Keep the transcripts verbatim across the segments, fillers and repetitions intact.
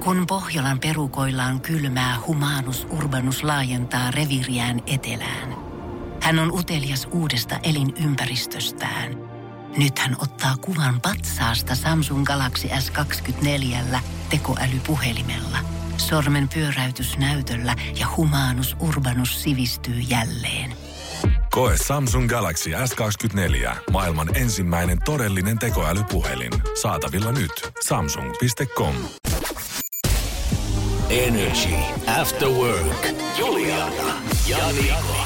Kun Pohjolan perukoillaan kylmää, Humanus Urbanus laajentaa reviiriään etelään. Hän on utelias uudesta elinympäristöstään. Nyt hän ottaa kuvan patsaasta Samsung Galaxy S kaksikymmentäneljä tekoälypuhelimella. Sormen pyöräytys näytöllä ja Humanus Urbanus sivistyy jälleen. Koe Samsung Galaxy S kaksikymmentäneljä. Maailman ensimmäinen todellinen tekoälypuhelin. Saatavilla nyt. samsung piste com. Energy After Work. Juliana ja Niko.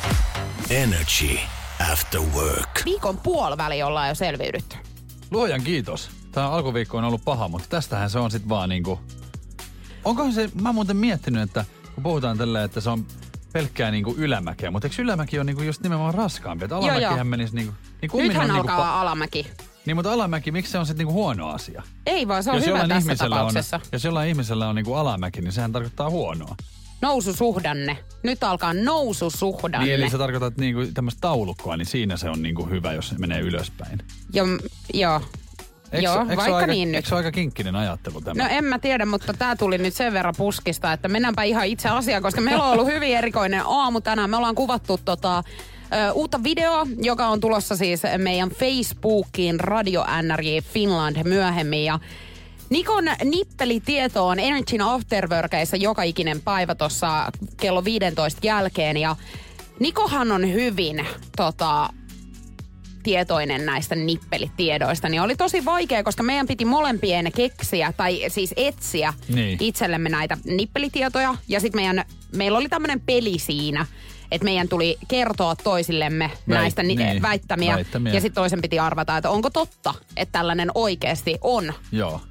Energy After Work. Viikon puoliväli ollaan jo selviydytty. Luojan kiitos. Tämä alkuviikko on ollut paha, mutta tästähän se on sit vaan niinku... Onkohan se... Mä oon muuten miettinyt, että kun puhutaan tälleen, että se on pelkkää niinku ylämäkeä, mutta eikö ylämäki on niinku just nimenomaan raskaampi? Että alamäkihän menisi niinku... Niin Nythän on alkaa niinku pa- alamäki. Niin, mutta alamäki, miksi se on sitten niinku huono asia? Ei vaan, se on jos hyvä tässä tapauksessa. On, jos jollain ihmisellä on niinku alamäki, niin sehän tarkoittaa huonoa. Noususuhdanne. Nyt alkaa noususuhdanne. Niin, eli sä tarkoitat niinku tämmöistä taulukkoa, niin siinä se on niinku hyvä, jos se menee ylöspäin. Jo, joo. Eikö, joo, eikö vaikka aika, niin nyt. Eikö se ole aika kinkkinen ajattelu tämä? No en mä tiedä, mutta tää tuli nyt sen verran puskista, että mennäänpä ihan itse asiaan, koska meillä on ollut hyvin erikoinen aamu tänään. Me ollaan kuvattu tota... Ö, uutta videoa, joka on tulossa siis meidän Facebookiin Radio N R J Finland myöhemmin. Ja Nikon nippelitieto on Energyn Afterworkeissa joka ikinen päivä tuossa kello viisitoista jälkeen. Ja Nikohan on hyvin tota, tietoinen näistä nippelitiedoista. Niin oli tosi vaikea, koska meidän piti molempien keksiä, tai siis etsiä niin itsellemme näitä nippelitietoja. Ja sitten meidän, meillä oli tämmöinen peli siinä, että meidän tuli kertoa toisillemme Väit, näistä niin, väittämiä, väittämiä. Ja sitten toisen piti arvata, että onko totta, että tällainen oikeasti on. Joo.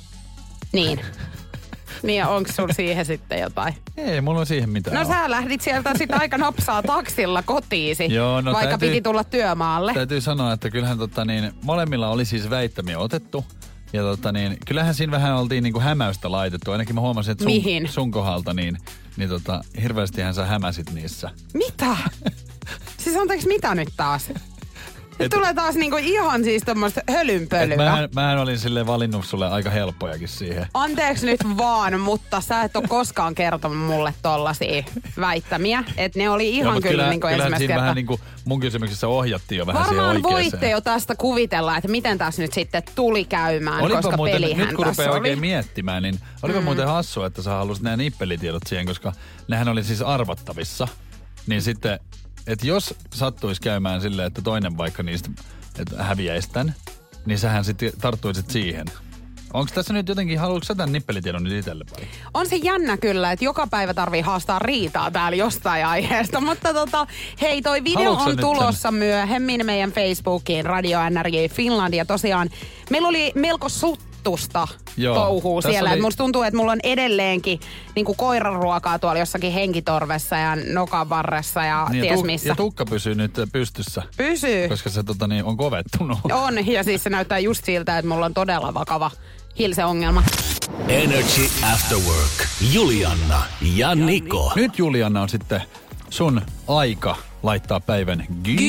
Niin. Niin, onko sulla siihen sitten jotain? Ei, mulla on siihen mitään. No ole. Sä lähdit sieltä sitten aika nopsaa taksilla kotiisi, Joo, no vaikka täytyy, piti tulla työmaalle. Täytyy sanoa, että kyllähän tota niin, molemmilla oli siis väittämiä otettu. Ja tota niin, kyllähän siinä vähän oltiin niinku hämäystä laitettu. Ainakin mä huomasin, että sun, sun kohdalta niin, niin tota, hirveästihän sä hämäsit niissä. Mitä? Siis anteeksi, mitä nyt taas? Nyt et, tulee taas niinku ihan siis tommoista hölynpölyä. Mähän, mähän olin silleen valinnut sulle aika helppojakin siihen. Anteeksi nyt vaan, mutta sä et ole koskaan kertonut mulle tollasia väittämiä. Että ne oli ihan Joo, kyllä, kyllä niinku ensimmäistä kertaa. vähän niinku mun kysymyksessä ohjattiin jo vähän varmaan siihen oikeeseen. Voitte jo tästä kuvitella, että miten tässä nyt sitten tuli käymään, olipa koska muuten, pelihän nyt kun tässä rupeaa oli. oikein miettimään, niin olipa mm. muuten hassua, että sä halusit nämä nippelitiedot siihen, koska nehän oli siis arvattavissa. Niin sitten, että jos sattuisi käymään silleen, että toinen vaikka niistä että häviäisi tän, niin sähän sitten tarttuisit siihen. Onko tässä nyt jotenkin, haluatko sä tämän nippelitiedon nyt itselle vai? On se jännä kyllä, että joka päivä tarvii haastaa riitaa täällä jostain aiheesta. Mutta tota, hei, toi video haluatko on tulossa sen myöhemmin meidän Facebookiin Radio N R J Finland. Ja tosiaan meillä oli melko suttusta Joo, touhuu siellä. Oli... Musta tuntuu, että mulla on edelleenkin niin kuin koiranruokaa tuolla jossakin henkitorvessa ja nokan varressa ja niin, ties ja tu- missä. Ja tukka pysyy nyt pystyssä. Pysyy. Koska se tota, niin, on kovettunut. On, ja siis se näyttää just siltä, että mulla on todella vakava hilseongelma. Energy After Work. Juliana ja Niko. Nyt Juliana on sitten sun aika laittaa päivän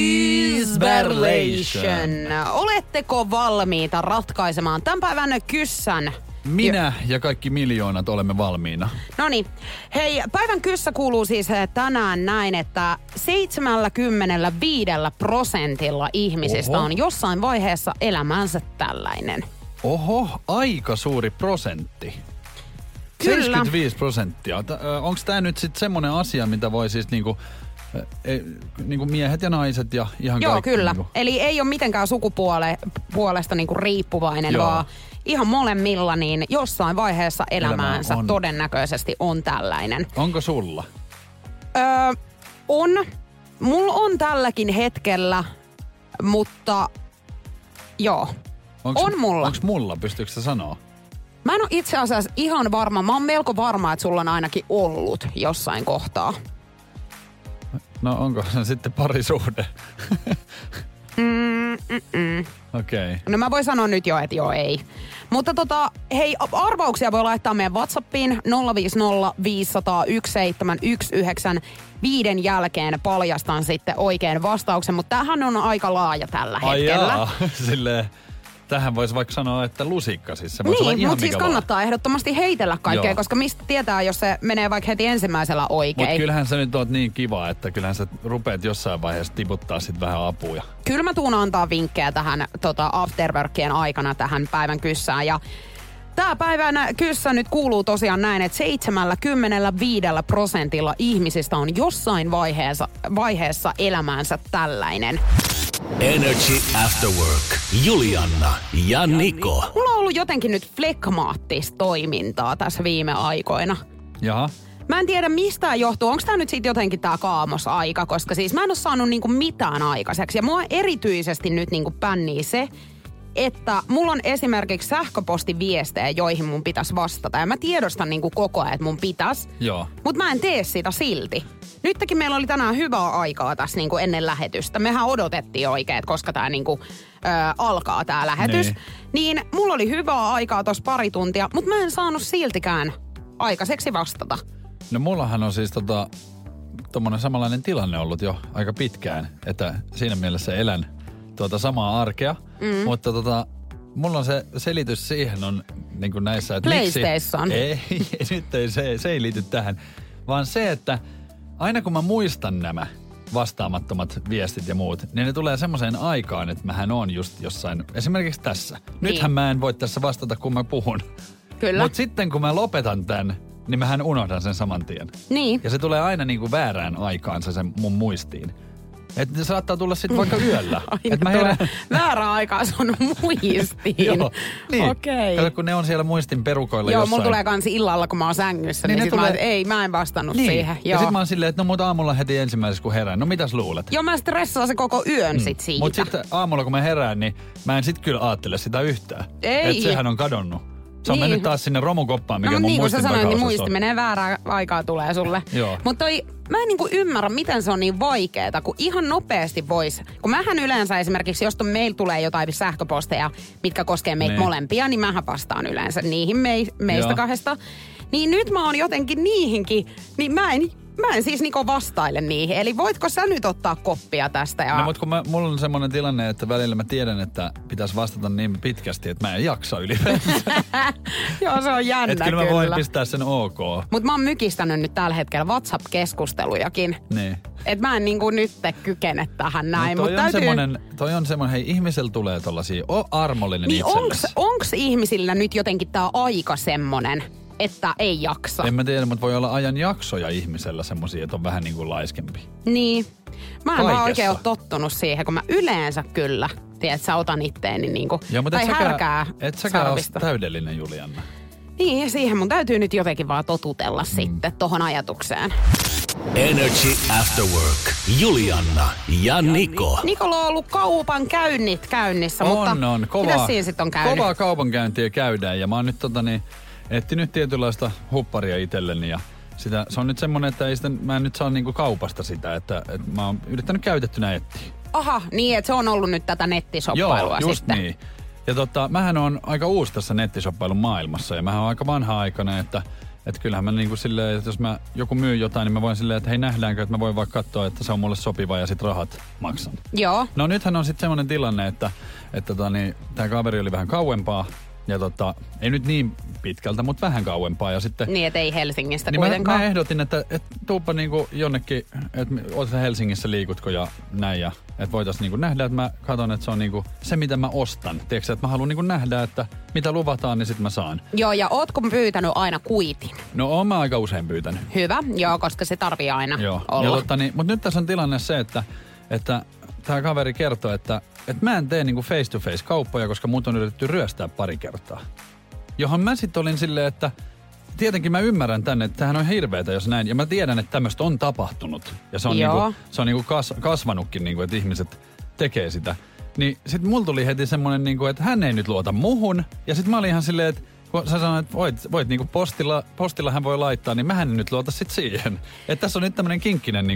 Gisberlation. Oletteko valmiita ratkaisemaan tämän päivän kyssän? Minä ja kaikki miljoonat olemme valmiina. Noniin. Hei, päivän kyssä kuuluu siis tänään näin, että seitsemänkymmentäviisi prosentilla ihmisistä Oho. on jossain vaiheessa elämänsä tällainen. Oho, aika suuri prosentti. Kyllä. seitsemänkymmentäviisi prosenttia. Onko tämä nyt sitten semmoinen asia, mitä voi siis niinku, e, niinku miehet ja naiset ja ihan Joo, kaikki? Joo, kyllä. Niinku. Eli ei ole mitenkään sukupuolesta niinku riippuvainen, Joo. vaan ihan molemmilla niin jossain vaiheessa elämäänsä on. Todennäköisesti on tällainen. Onko sulla? Öö, on. Mulla on tälläkin hetkellä, mutta joo. Onks, on mulla. Onko mulla? Pystyykö sä sanoa? Mä en ole itse asiassa ihan varma. Mä oon melko varma, että sulla on ainakin ollut jossain kohtaa. No onko se sitten parisuhde? Mm, mm, Okei. Okay. No mä voin sanoa nyt jo, että joo ei. Mutta tota, hei, arvauksia voi laittaa meidän WhatsAppiin nolla viisi nolla viisi nolla nolla yksi seitsemän yksi yhdeksän. Viiden jälkeen paljastan sitten oikein vastauksen, mutta tämähän on aika laaja tällä Ai hetkellä. Jaa. Silleen tähän voisi vaikka sanoa, että lusikka siis. Se voisi olla Niin, ihan mutta siis mikä kannattaa vaan. ehdottomasti heitellä kaikkea, Joo. koska mistä tietää, jos se menee vaikka heti ensimmäisellä oikein. Mutta kyllähän sä nyt oot niin kiva, että kyllähän sä rupeat jossain vaiheessa tiputtaa sit vähän apuja. Kyllä mä tuun antaa vinkkejä tähän tota, afterworkien aikana tähän päivän kyssään. Ja tää päivän kyssä nyt kuuluu tosiaan näin, että seitsemänkymmentäviisi prosentilla ihmisistä on jossain vaiheessa, vaiheessa elämäänsä tällainen. Energy After Work. Julianna ja Niko. Mulla on ollut jotenkin nyt flekmaattista toimintaa tässä viime aikoina. Jaha. Mä en tiedä mistä johtuu. Onko tää nyt sit jotenkin tää kaamosaika? Koska siis mä en oo saanut niinku mitään aikaiseksi. Ja mua erityisesti nyt niinku pännii se, että mulla on esimerkiksi sähköpostiviestejä, joihin mun pitäisi vastata. Ja mä tiedostan niinku koko ajan, että mun pitäisi. Joo. Mutta mä en tee sitä silti. Nytkin meillä oli tänään hyvää aikaa tässä niinku ennen lähetystä. Mehän odotettiin oikein, että koska tää niinku, ö, alkaa tää lähetys. Niin. Niin mulla oli hyvää aikaa tossa pari tuntia, mutta mä en saanut siltikään aikaiseksi vastata. No mullahan on siis tota, tommonen samanlainen tilanne ollut jo aika pitkään, että siinä mielessä elän tuota samaa arkea, mm. mutta tota, mulla on se selitys siihen on niin kuin näissä, että PlayStation. miksi... Ei, nyt ei, se, se ei liity tähän, vaan se, että aina kun mä muistan nämä vastaamattomat viestit ja muut, niin ne tulee semmoiseen aikaan, että mähän on just jossain, esimerkiksi tässä. Nythän Niin. mä en voi tässä vastata, kun mä puhun. Kyllä. Mutta sitten kun mä lopetan tämän, niin mähän unohdan sen saman tien. Niin. Ja se tulee aina niin kuin väärään aikaan se sen mun muistiin. Että se saattaa tulla sitten vaikka yöllä. Aina Et mä tulee herään... väärä aikaa sun muistiin. Joo, niin. Okei. Kato, kun ne on siellä muistin perukoilla Joo, jossain. mulla tulee kans illalla, kun mä oon sängyssä, Niin niin, ne sit tulee- mä, et, ei, mä en vastannut Niin. siihen. Ja Joo. sit mä oon silleen, että no mut aamulla heti ensimmäisessä kun herään. No mitäs luulet? Joo, mä stressaan se koko yön mm. sit siitä. Mut sitten aamulla kun mä herään, niin mä en sit kyllä aattele sitä yhtään. Ei. Että sehän on kadonnut. Se on Niin. mennyt taas sinne romukoppaan, mikä no, mun niin kuin muistin sä sanoit, niin takaosassa muisti on. menee väärää aikaa tulee sulle. Joo. Mutta toi, mä en niinku ymmärrä, miten se on niin vaikeeta, kun ihan nopeasti vois. Kun mähän yleensä esimerkiksi, jos meillä tulee jotain sähköposteja, mitkä koskee meitä Niin. molempia, niin mähän vastaan yleensä niihin mei, meistä Joo. kahdesta. Niin nyt mä oon jotenkin niihinkin, niin mä en, mä en siis Niko vastaile niihin. Eli voitko sä nyt ottaa koppia tästä? Ja... No mut kun mä, mulla on semmoinen tilanne, että välillä mä tiedän, että pitäisi vastata niin pitkästi, että mä en jaksa ylipäänsä. Joo, se on jännä Että kyllä mä voin pistää sen ok. Mutta mä oon mykistänyt nyt tällä hetkellä WhatsApp-keskustelujakin. Niin. Et mä en niinku nyt kykene tähän näin. No toi, Mut on täytyy... semmonen, toi on semmonen, hei ihmisellä tulee tollasia, o armollinen Niin onks, itsellesi. onks ihmisillä nyt jotenkin tää aika semmonen, että ei jaksa? En mä tiedä, mutta voi olla ajan jaksoja ihmisellä semmosia, että on vähän niin kuin laiskempi. Niin. Mä en vaan Kaikessa. oikein ole tottunut siihen, kun mä yleensä kyllä, tiedät sä, otan itteeni niinku, Joo, mutta tai et säkään, härkää et säkään ole sarvista. täydellinen, Julianna. Niin, siihen mun täytyy nyt jotenkin vaan totutella mm. sitten tohon ajatukseen. Energy After Work. Julianna ja Niko. Nikolla on ollut kaupan käynnit käynnissä, On, mutta on. mitä Kovaa, siinä sitten on käynyt? kovaa kaupankäyntiä käydään ja mä oon nyt tota niin, etsinyt tietynlaista hupparia itselleni ja sitä, se on nyt semmonen, että ei sitä, mä en nyt saa niinku kaupasta sitä, että, että mä oon yrittänyt käytettynä etsiä. Aha, niin, että se on ollut nyt tätä nettisoppailua Joo, just sitten. niin. Ja tota, mähän on aika uusi tässä nettisoppailun maailmassa ja mähän on aika vanha-aikainen, että että kyllähän mä niinku silleen, että jos mä joku myy jotain, niin mä voin silleen, että hei nähdäänkö, että mä voin vaikka katsoa, että se on mulle sopiva ja sit rahat maksan. Joo. No nythän on sitten semmoinen tilanne, että, että tota, niin, tää kaveri oli vähän kauempaa ja tota, ei nyt niin pitkältä, mutta vähän kauempaa ja sitten... Niin, et ei Helsingistä Niin mä, kuitenkaan. mä ehdotin, että et tuuppa niinku jonnekin, että oot sä Helsingissä, liikutko ja näin ja että voitais niinku nähdä, että mä katson, että se on niinku se, mitä mä ostan. Tiedätkö, että mä haluan niinku nähdä, että mitä luvataan, niin sit mä saan. Joo, ja ootko pyytänyt aina kuitin? No oon mä aika usein pyytänyt. Hyvä, joo, koska se tarvii aina Joo. olla. Ja totta, niin, mutta nyt tässä on tilanne se, että, että tämä kaveri kertoo, että, että mä en tee niinku face to face kauppoja, koska mut on yritetty ryöstää pari kertaa. Johon mä sitten olin silleen, että tietenkin mä ymmärrän tänne, että tämähän on hirveetä, jos näin. Ja mä tiedän, että tämmöistä on tapahtunut. Ja se on, Joo. niinku, se on niinku kas, kasvanutkin, niinku, että ihmiset tekee sitä. Niin sit mulla tuli heti semmonen, niinku, että hän ei nyt luota muhun. Ja sit mä olin ihan silleen, että kun sä sanoit, että voit, voit niinku postilla, postilla hän voi laittaa, niin mähän en nyt luota sit siihen. Että tässä on nyt tämmönen kinkkinen niinku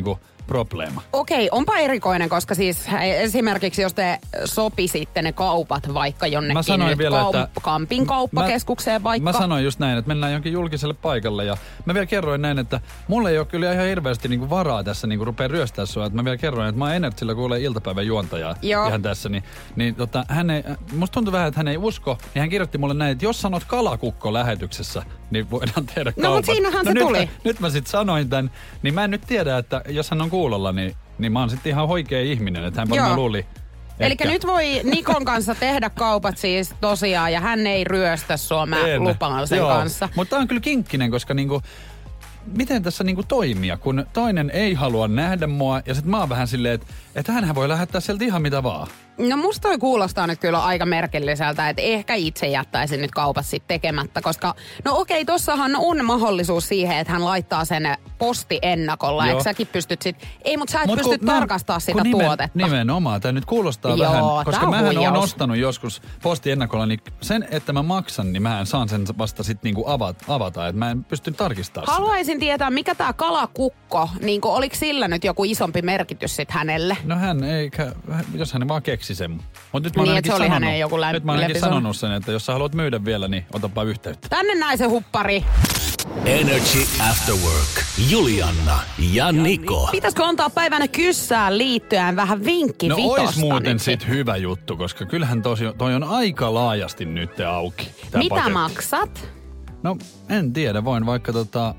probleema. Okei, onpa erikoinen, koska siis esimerkiksi jos te sopisitte ne kaupat vaikka jonnekin nyt vielä, kaup- että Kampin kauppakeskukseen mä, vaikka. Mä sanoin just näin, että mennään jonkin julkiselle paikalle ja mä vielä kerroin näin, että mulla ei ole kyllä ihan hirveästi niinku varaa tässä niinku rupea ryöstää sua. Että mä vielä kerroin, että mä oon Energyllä kuulee iltapäivän juontajaa Joo. ihan tässä. Niin, niin tota, hän ei, musta tuntuu vähän, että hän ei usko. Niin hän kirjoitti mulle näin, että jos sanot kalakukko lähetyksessä, niin voidaan tehdä kaupat. No mutta siinähän no, se nyt tuli. Mä, nyt mä sit sanoin tän, niin mä en nyt tiedä, että jos hän on kuulolla, niin, niin mä oon sitten ihan oikea ihminen. Että hän varmaan luuli. Eli nyt voi Nikon kanssa tehdä kaupat siis tosiaan, ja hän ei ryöstä sua, mä En. lupaan sen Joo. kanssa. Mutta tää on kyllä kinkkinen, koska niinku, miten tässä niinku toimia, kun toinen ei halua nähdä mua, ja sit mä oon vähän silleen, että et hänhän voi lähettää sieltä ihan mitä vaan. No musta toi kuulostaa nyt kyllä aika merkilliseltä, että ehkä itse jättäisin nyt kaupat sitten tekemättä, koska no okei, tossahan on mahdollisuus siihen, että hän laittaa sen posti ennakolla, eikö säkin pystyt sit, ei mut sä et Mut pysty kun tarkastaa mä, sitä nimen, tuotetta. Nimenomaan, tää nyt kuulostaa Joo, vähän, koska tää on mähän oon huijaus. ostanut joskus posti ennakolla, niin sen, että mä maksan, niin mä saan sen vasta sit niinku avata, avata että mä en pysty tarkistamaan sitä. Haluaisin tietää, mikä tää kalakukko, niin oliko sillä nyt joku isompi merkitys sit hänelle? No hän ei, jos hän vaan keksi sen. Mut nyt mä oon Niin, ainakin että se oli sanonut, hänen joku lämp- nyt mä oon ainakin lempisana. sanonut sen, että jos sä haluat myydä vielä, niin otapa yhteyttä. Tänne naisen huppari. Energy After Work. Julianna ja Niko. Pitäisikö antaa päivänä kyssään liittyen vähän vinkki No vitosta ois muuten nyt sit hyvä juttu, koska kyllähän tosi, toi on aika laajasti nyt auki. tää Mitä paketti. maksat? No en tiedä, voin vaikka tota,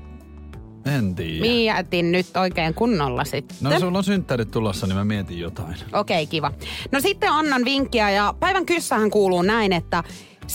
en tiedä. Mietin nyt oikein kunnolla sitten. No sulla on synttärit tulossa, niin mä mietin jotain. Okei, okay, kiva. No sitten annan vinkkiä ja päivän kyssähän kuuluu näin, että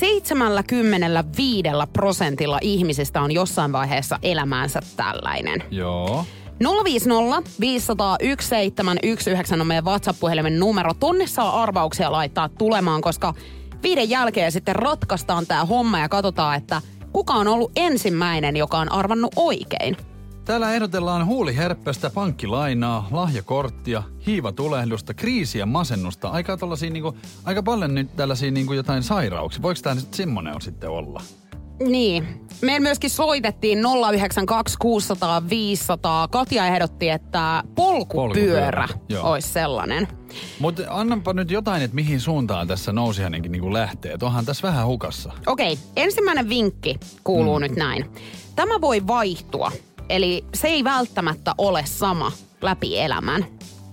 seitsemänkymmentäviisi prosentilla ihmisistä on jossain vaiheessa elämäänsä tällainen. Joo. nolla viisi nolla viisi nolla yksi seitsemän yksi yhdeksän on meidän WhatsApp-puhelimen numero. Tonne saa arvauksia laittaa tulemaan, koska viiden jälkeen sitten ratkaistaan tää homma ja katsotaan, että kuka on ollut ensimmäinen, joka on arvannut oikein. Täällä ehdotellaan huuliherppästä, pankkilainaa, lahjakorttia, hiivatulehdusta, kriisiä, masennusta. Aika, niinku, aika paljon nyt tällaisia niinku jotain sairauksia. Voiko tää nyt semmonen on sitten olla? Niin. Meillä myöskin soitettiin nolla yhdeksän kaksi kuusi nolla nolla viisi nolla nolla. Katja ehdotti, että polkupyörä, polkupyörä olisi sellainen. Mutta annanpa nyt jotain, että mihin suuntaan tässä nousi hänenkin niinku lähtee. Et onhan tässä vähän hukassa. Okei, ensimmäinen vinkki kuuluu mm. nyt näin. Tämä voi vaihtua, eli se ei välttämättä ole sama läpi elämän.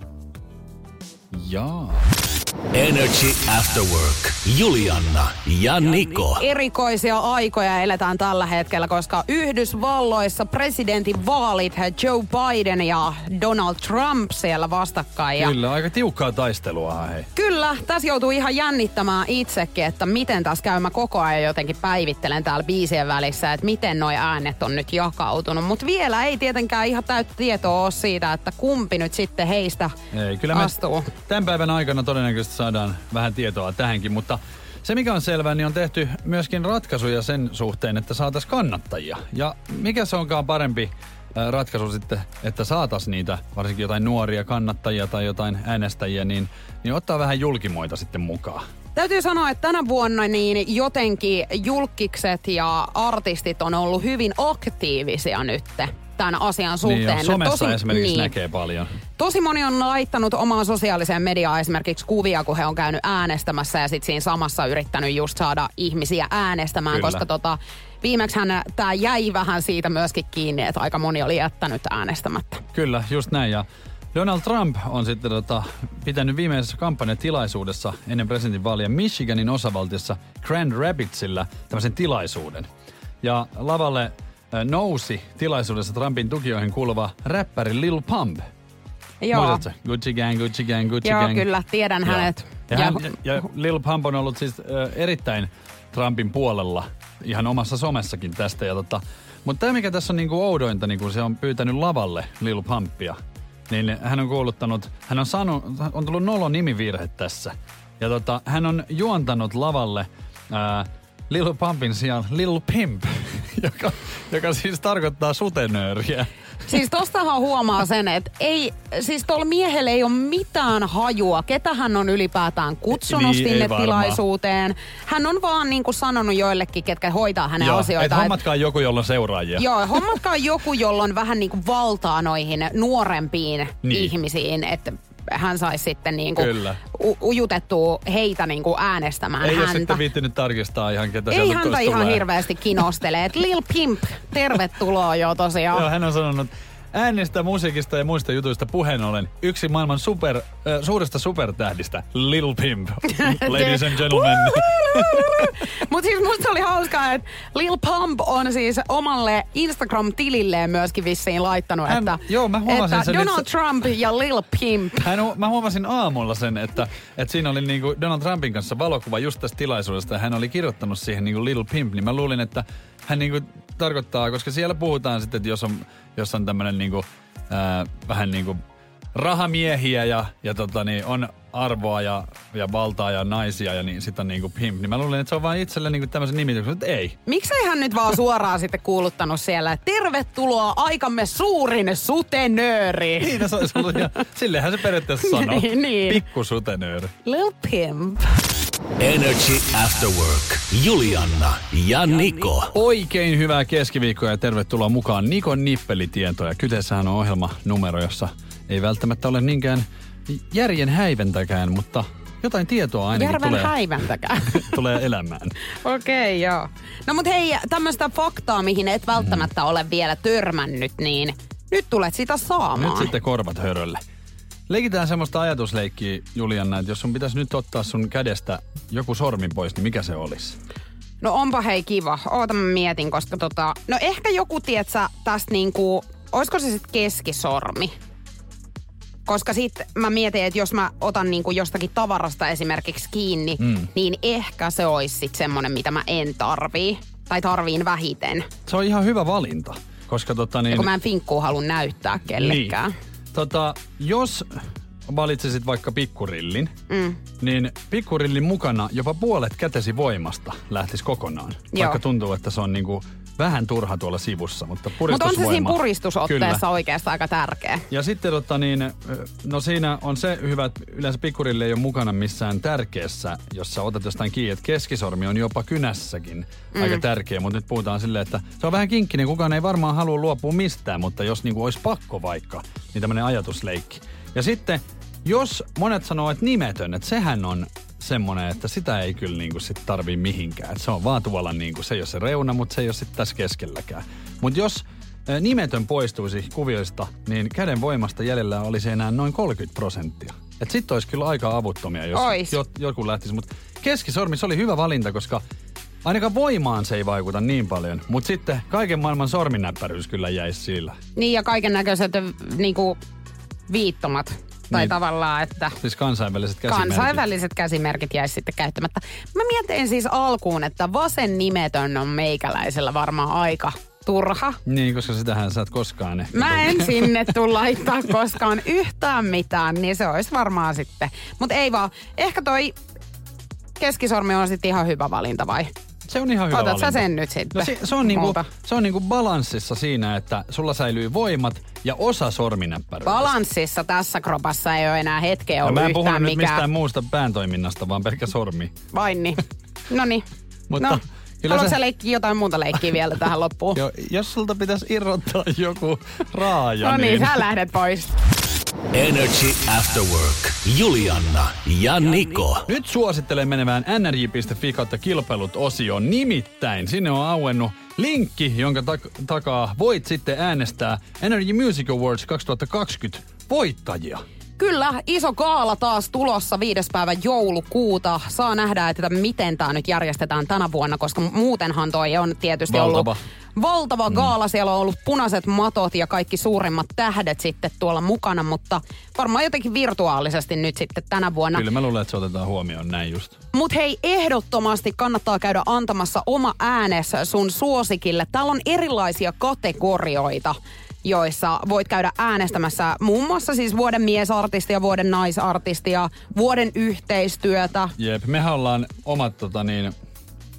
Jaa. Energy After Work. Julianna ja Niko. Erikoisia aikoja eletään tällä hetkellä, koska Yhdysvalloissa presidentin vaalit, Joe Biden ja Donald Trump siellä vastakkain. Ja Kyllä, aika tiukkaa taistelua hei. kyllä, tässä joutuu ihan jännittämään itsekin, että miten tässä käy. Mä koko ajan jotenkin päivittelen täällä biisien välissä, että miten noi äänet on nyt jakautunut. Mutta vielä ei tietenkään ihan täyttä tietoa ole siitä, että kumpi nyt sitten heistä Ei, kyllä me astuu. tämän päivän aikana todennäköisesti saadaan vähän tietoa tähänkin, mutta se mikä on selvää, niin on tehty myöskin ratkaisuja sen suhteen, että saataisiin kannattajia. Ja mikä se onkaan parempi ää, ratkaisu sitten, että saataisiin niitä, varsinkin jotain nuoria kannattajia tai jotain äänestäjiä, niin, niin ottaa vähän julkimoita sitten mukaan. Täytyy sanoa, että tänä vuonna niin jotenkin julkikset ja artistit on ollut hyvin aktiivisia nyt tämän asian suhteen. Niin jo, somessa tosi, esimerkiksi niin, näkee paljon. Tosi moni on laittanut omaan sosiaaliseen mediaan esimerkiksi kuvia, kun he on käynyt äänestämässä ja sitten siinä samassa yrittänyt just saada ihmisiä äänestämään, Kyllä. koska tota, viimeksihän tämä jäi vähän siitä myöskin kiinni, että aika moni oli jättänyt äänestämättä. Kyllä, just näin. Ja Donald Trump on sitten tota, pitänyt viimeisessä kampanjatilaisuudessa ennen presidentinvaalia Michiganin osavaltiossa Grand Rapidsillä tämmöisen tilaisuuden. Ja lavalle äh, nousi tilaisuudessa Trumpin tukijoihin kuuluva räppäri Lil Pump. Joo. Muistatko? Gucci Gang, Gucci Gang, Gucci Joo, Gang. kyllä, tiedän Joo. hänet. Ja, hän, ja Lil Pump on ollut siis äh, erittäin Trumpin puolella ihan omassa somessakin tästä. Ja tota, mutta tämä mikä tässä on niinku oudointa, niin kun se on pyytänyt lavalle Lil Pumpia, niin hän on kuuluttanut, hän on saanut, on tullut nolo nimivirhe tässä. Ja tota, hän on juontanut lavalle ää, Lil Pumpin sijaan Lil Pimp. joka, joka siis tarkoittaa sutenööriä. Siis tostahan huomaa sen, että ei, siis tuolla miehellä ei ole mitään hajua, ketä hän on ylipäätään kutsunut niin, sinne tilaisuuteen. Hän on vaan niin kuin sanonut joillekin, ketkä hoitaa hänen joo, asioitaan. Joo, hommatkaan joku, jolla on seuraajia. Joo, hommatkaan joku, jolla on vähän niin kuin valtaa noihin nuorempiin niin. ihmisiin, että hän saisi sitten niinku u- ujutettua heitä niinku äänestämään ei häntä. Ei ole sitten viittinyt tarkistaa ihan ketä ei sieltä häntä ihan tulee. hirveästi kinostele. Et Lil Pimp, tervetuloa jo tosiaan. Joo, hän on sanonut, äänestä, musiikista ja muista jutuista puheen ollen yksi maailman super, äh, suurista supertähdistä, Lil Pimp. Ladies and gentlemen. Mutta siis musta oli hauskaa, että Lil Pump on siis omalle Instagram-tililleen myöskin vissiin laittanut, hän, että, joo, mä huomasin että sen, Donald että Trump ja Lil Pimp. Hän, mä huomasin aamulla sen, että, että siinä oli niinku Donald Trumpin kanssa valokuva just tästä tilaisuudesta ja hän oli kirjoittanut siihen niinku Lil Pimp, niin mä luulin, että hän niinku tarkoittaa, koska siellä puhutaan sitten, että jos on, jos on tämmönen niinku, ää, vähän niinku rahamiehiä ja, ja tota niin, on arvoa ja, ja valtaa ja naisia ja niin sit on niinku pimp, niin mä luulen, että se on vaan itselle niinku tämmöisen nimityksen, että ei. Miksei hän nyt vaan suoraan sitten kuuluttanut siellä, että tervetuloa aikamme suurin sutenööri. Niin, se olisi ollut ihan, sillehän se periaatteessa sanoo. niin, niin. Pikku sutenööri. Lil Pimp. Energy After Work. Julianna ja Niko. Oikein hyvää keskiviikkoa ja tervetuloa mukaan Nikon nippelitietoja. Kyseessähän on ohjelmanumero, jossa ei välttämättä ole niinkään järjen häiventäkään, mutta jotain tietoa ainakin Järven tulee, häiventäkään. tulee elämään. Okei, okay, joo. No mut hei, tämmöistä faktaa, mihin et välttämättä mm. ole vielä törmännyt, niin nyt tulet sitä saamaan. Nyt sitten korvat hörölle. Leikitään semmoista ajatusleikkiä, Julianna, että jos sun pitäisi nyt ottaa sun kädestä joku sormi pois, niin mikä se olisi? No onpa hei kiva. Oota mä mietin, koska tota... No ehkä joku, tietsä, tästä niinku... Oisko se sitten keskisormi? Koska sit mä mietin, että jos mä otan niinku jostakin tavarasta esimerkiksi kiinni, mm. niin ehkä se olisi sit semmonen, mitä mä en tarvii. Tai tarviin vähiten. Se on ihan hyvä valinta, koska tota niin... Ja kun mä en finkkuu halun näyttää kellekään. Niin. Tota, jos valitsisit vaikka pikkurillin, mm. niin pikkurillin mukana jopa puolet kätesi voimasta lähtisi kokonaan. Joo. Vaikka tuntuu, että se on niinku vähän turha tuolla sivussa, mutta puristusvoima... Mutta on se siinä puristusotteessa kyllä. oikeastaan aika tärkeä. Ja sitten tota niin, no siinä on se hyvä, että yleensä pikkurilli ei ole mukana missään tärkeässä, jos sä otat jostain kiinni, että keskisormi on jopa kynässäkin mm. aika tärkeä, mutta nyt puhutaan silleen, että se on vähän kinkkinen, kukaan ei varmaan halua luopua mistään, mutta jos niinku olisi pakko vaikka, niin tämmöinen ajatusleikki. Ja sitten, jos monet sanoo, että nimetön, että sehän on semmoinen, että sitä ei kyllä niinku sit tarvii mihinkään. Et se on vaan tuolla niinku, se ei ole se reuna, mutta se ei ole sitten tässä keskelläkään. Mutta jos ä, nimetön poistuisi kuvioista, niin käden voimasta jäljellä olisi enää noin kolmekymmentä prosenttia. Et sit olisi kyllä aika avuttomia, jos jo, joku lähtisi. Mutta keskisormi, se oli hyvä valinta, koska ainakaan voimaan se ei vaikuta niin paljon. Mutta sitten kaiken maailman sorminnäppäryys kyllä jäisi sillä. Niin ja kaiken näköiset niinku viittomat. Tai niin, tavallaan, että... Siis kansainväliset käsimerkit. Kansainväliset käsimerkit jäisi sitten käyttämättä. Mä mietin siis alkuun, että vasen nimetön on meikäläisellä varmaan aika turha. Niin, koska sitähän sä et koskaan ehkä. Mä en sinne tuu laittaa koskaan yhtään mitään, niin se olisi varmaan sitten. Mutta ei vaan, ehkä toi keskisormi on sitten ihan hyvä valinta vai? Se on ihan hyvä Otat valinta. sä sen nyt sitten? No se, se, on niinku, se on niinku balanssissa siinä, että sulla säilyy voimat ja osa sorminäppäryydestä. Balanssissa tässä kropassa ei ole enää hetkeä ollut yhtään mikään. Mä en puhunut nyt mistään muusta pääntoiminnasta, vaan pelkkä sormi. Vain niin. Noniin. Mutta no, haluatko se... sä leikkiä jotain muuta leikkiä vielä tähän loppuun? Joo, jos sulta pitäisi irrottaa joku raaja, no niin, niin... sä lähdet pois. Energy After Work. Julianna ja Niko. Nyt suosittelen menevään n r j piste f i kautta kilpailut osioon. Nimittäin sinne on auennut linkki, jonka tak- takaa voit sitten äänestää N R J Music Awards kaksituhattakaksikymmentä voittajia. Kyllä, iso gaala taas tulossa viides päivä joulukuuta. Saa nähdä, että miten tämä nyt järjestetään tänä vuonna, koska muutenhan toi on tietysti valtava. ollut valtava gaala. Siellä on ollut punaiset matot ja kaikki suurimmat tähdet sitten tuolla mukana, mutta varmaan jotenkin virtuaalisesti nyt sitten tänä vuonna. Kyllä mä luulen, että se otetaan huomioon näin just. Mut hei, ehdottomasti kannattaa käydä antamassa oma äänes sun suosikille. Täällä on erilaisia kategorioita, joissa voit käydä äänestämässä muun muassa siis vuoden miesartistia, vuoden naisartistia, vuoden yhteistyötä. Jep, mehän ollaan omat tota niin,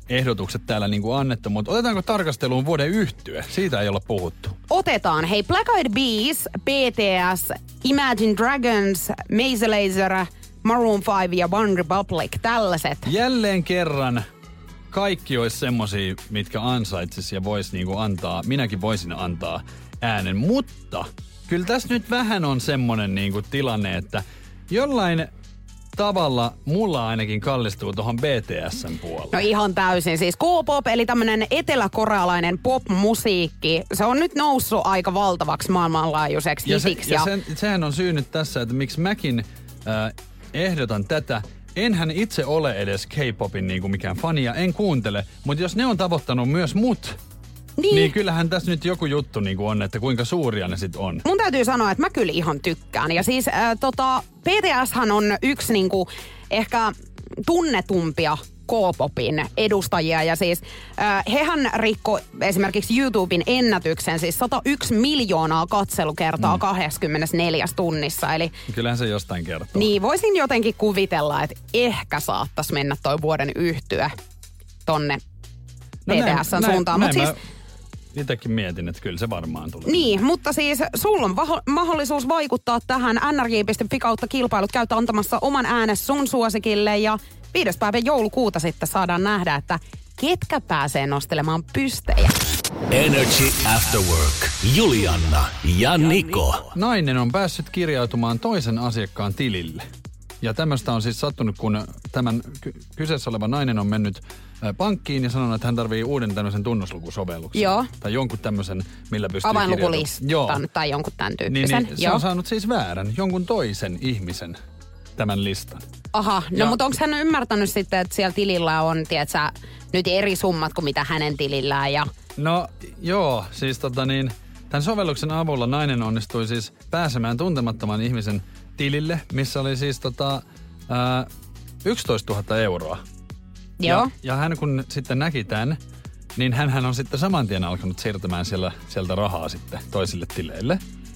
ehdotukset täällä niin kuin annettu, mutta otetaanko tarkasteluun vuoden yhtye? Siitä ei olla puhuttu. Otetaan. Hei, Black Eyed Peas, B T S, Imagine Dragons, Maze Lazer, Maroon viisi ja One Republic, tällaiset. Jälleen kerran kaikki olisi semmosia, mitkä ansaitsis ja vois niinku antaa, minäkin voisin antaa äänen, mutta kyllä tässä nyt vähän on semmonen niinku tilanne, että jollain tavalla mulla ainakin kallistuu tuohon B T S:n puolelle. No ihan täysin. Siis K-pop, eli tämmönen eteläkorealainen pop-musiikki, se on nyt noussut aika valtavaksi maailmanlaajuiseksi ja, se, hitiksi. ja sen, sehän on syy nyt tässä, että miksi mäkin äh, ehdotan tätä. Enhän itse ole edes K-popin niinku mikään fani ja en kuuntele, mutta jos ne on tavoittanut myös mut, niin, niin kyllähän tässä nyt joku juttu niinku on, että kuinka suuria ne sit on. Mun täytyy sanoa, että mä kyllä ihan tykkään. Ja siis äh, tota, B T S:han on yksi niinku ehkä tunnetumpia K-popin edustajia. Ja siis äh, hehän rikko esimerkiksi YouTuben ennätyksen, siis sata yksi miljoonaa katselukertaa mm. kaksikymmentäneljä tunnissa. Eli kyllähän se jostain kertoo. Niin, voisin jotenkin kuvitella, että ehkä saattaisi mennä toi vuoden yhtye tonne no B T S:n näin, suuntaan. Näin, Mut näin siis, itsekin mietin, että kyllä se varmaan tulee. niin, mutta siis sulla on vaho- mahdollisuus vaikuttaa tähän N R J piste F I kautta kilpailut. Käytä antamassa oman äänes sun suosikille ja viides päivä joulukuuta sitten saadaan nähdä, että ketkä pääsee nostelemaan pystejä. Energy After Work. Julianna ja Niko. Nainen on päässyt kirjautumaan toisen asiakkaan tilille. Ja tämmöistä on siis sattunut, kun tämän ky- kyseessä oleva nainen on mennyt pankkiin ja sanonut, että hän tarvii uuden tämmöisen tunnuslukusovelluksen. Joo. Tai jonkun tämmöisen, millä pystyy avainlukulistan tai jonkun tämän tyyppisen. Niin, niin se Joo. on saanut siis väärän, jonkun toisen ihmisen tämän listan. Aha, no ja, mutta onko hän ymmärtänyt sitten, että siellä tilillä on, tiedätkö, nyt eri summat kuin mitä hänen tilillään ja... No joo, siis tota niin, tämän sovelluksen avulla nainen onnistui siis pääsemään tuntemattoman ihmisen tilille, missä oli siis tota, ää, yksitoistatuhatta euroa. Joo. Ja, ja hän kun sitten näki tämän, niin hänhän on sitten saman tien alkanut siirtämään siellä, sieltä rahaa sitten toisille tileille.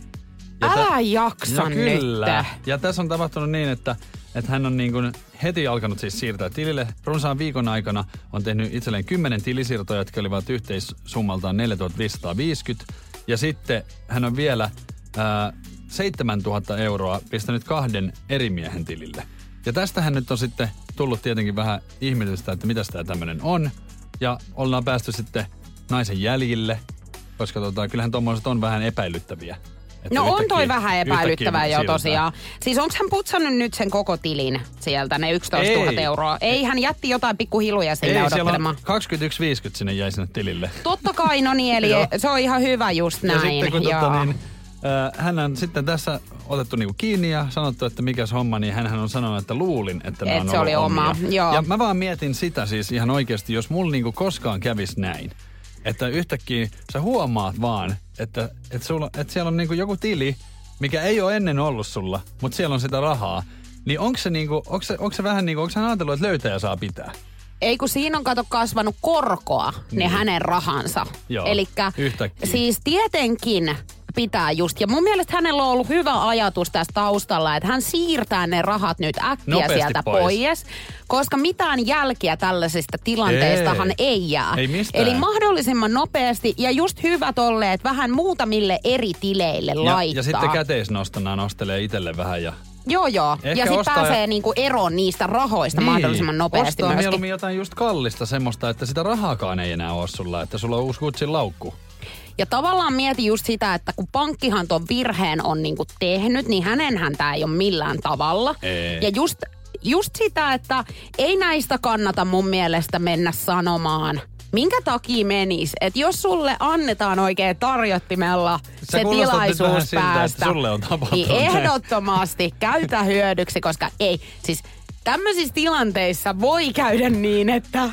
Ja Älä tä, jaksa no kyllä. nyt. Ja tässä on tapahtunut niin, että, että hän on niin kuin heti alkanut siis siirtää tilille. Runsaan viikon aikana on tehnyt itselleen kymmenen tilisiirtoja, jotka olivat yhteissummaltaan neljätuhatta viisisataaviisikymmentä. Ja sitten hän on vielä ää, seitsemäntuhatta euroa pistänyt kahden eri miehen tilille. Ja tästähän nyt on sitten tullut tietenkin vähän ihmetystä, että mitä tämä tämmöinen on. Ja ollaan päästy sitten naisen jäljille, koska tota, kyllähän tommoiset on vähän epäilyttäviä. Että No on toi yhtäkkiä- vähän epäilyttävää jo siirrytään. tosiaan. Siis onko hän putsannut nyt sen koko tilin sieltä, ne yksitoistatuhatta Ei. euroa? Ei, hän jätti jotain pikkuhiluja sinne Ei, siellä odottelemaan. on kaksikymmentäyksi viisikymmentä sinne jäi sinne tilille. Totta kai, no niin, eli Joo. se on ihan hyvä just näin. Ja sitten kun Joo. tota, niin, äh, hän on sitten tässä otettu niinku kiinni ja sanottu, että mikäs homma, niin hän on sanonut, että luulin, että nämä Et on se ollut oli oma, omia. joo. Ja mä vaan mietin sitä siis ihan oikeasti, jos mulla niinku koskaan kävis näin, että yhtäkkiä sä huomaat vaan, että, että, sulla, että siellä on niinku joku tili, mikä ei ole ennen ollut sulla, mutta siellä on sitä rahaa, niin onko se, niinku, onko se, onko se vähän niin kuin, onko hän ajatellut, että löytäjä saa pitää? Ei kun siinä on kato kasvanut korkoa, ne Niin. hänen rahansa. Joo, Elikkä yhtäkkiä. siis tietenkin pitää just. Ja mun mielestä hänellä on ollut hyvä ajatus tässä taustalla, että hän siirtää ne rahat nyt äkkiä Nopeasti sieltä pois. pois. Koska mitään jälkiä tällaisista tilanteistahan Ei. ei jää. Ei mistään. Eli mahdollisimman nopeasti ja just hyvät olleet vähän muutamille eri tileille Ja, laittaa. ja sitten käteisnostona nostelee itselle vähän ja... Joo, joo. Ehkä ja sitten ostaa pääsee ja- niinku eroon niistä rahoista Niin. mahdollisimman nopeasti Ostaa myöskin. mieluummin jotain just kallista semmoista, että sitä rahaakaan ei enää ole sulla, että sulla on uusi Gucciin laukku. Ja tavallaan mieti just sitä, että kun pankkihan ton virheen on niinku tehnyt, niin hänenhän tää ei ole millään tavalla. Ei. Ja just, just sitä, että ei näistä kannata mun mielestä mennä sanomaan, minkä takia menis. Että jos sulle annetaan oikein tarjottimella Sä se kuulostat nyt vähän tilaisuus siltä, että päästä, sulle on tapahtunut niin näin. ehdottomasti käytä hyödyksi, koska ei, siis tämmöisissä tilanteissa voi käydä niin, että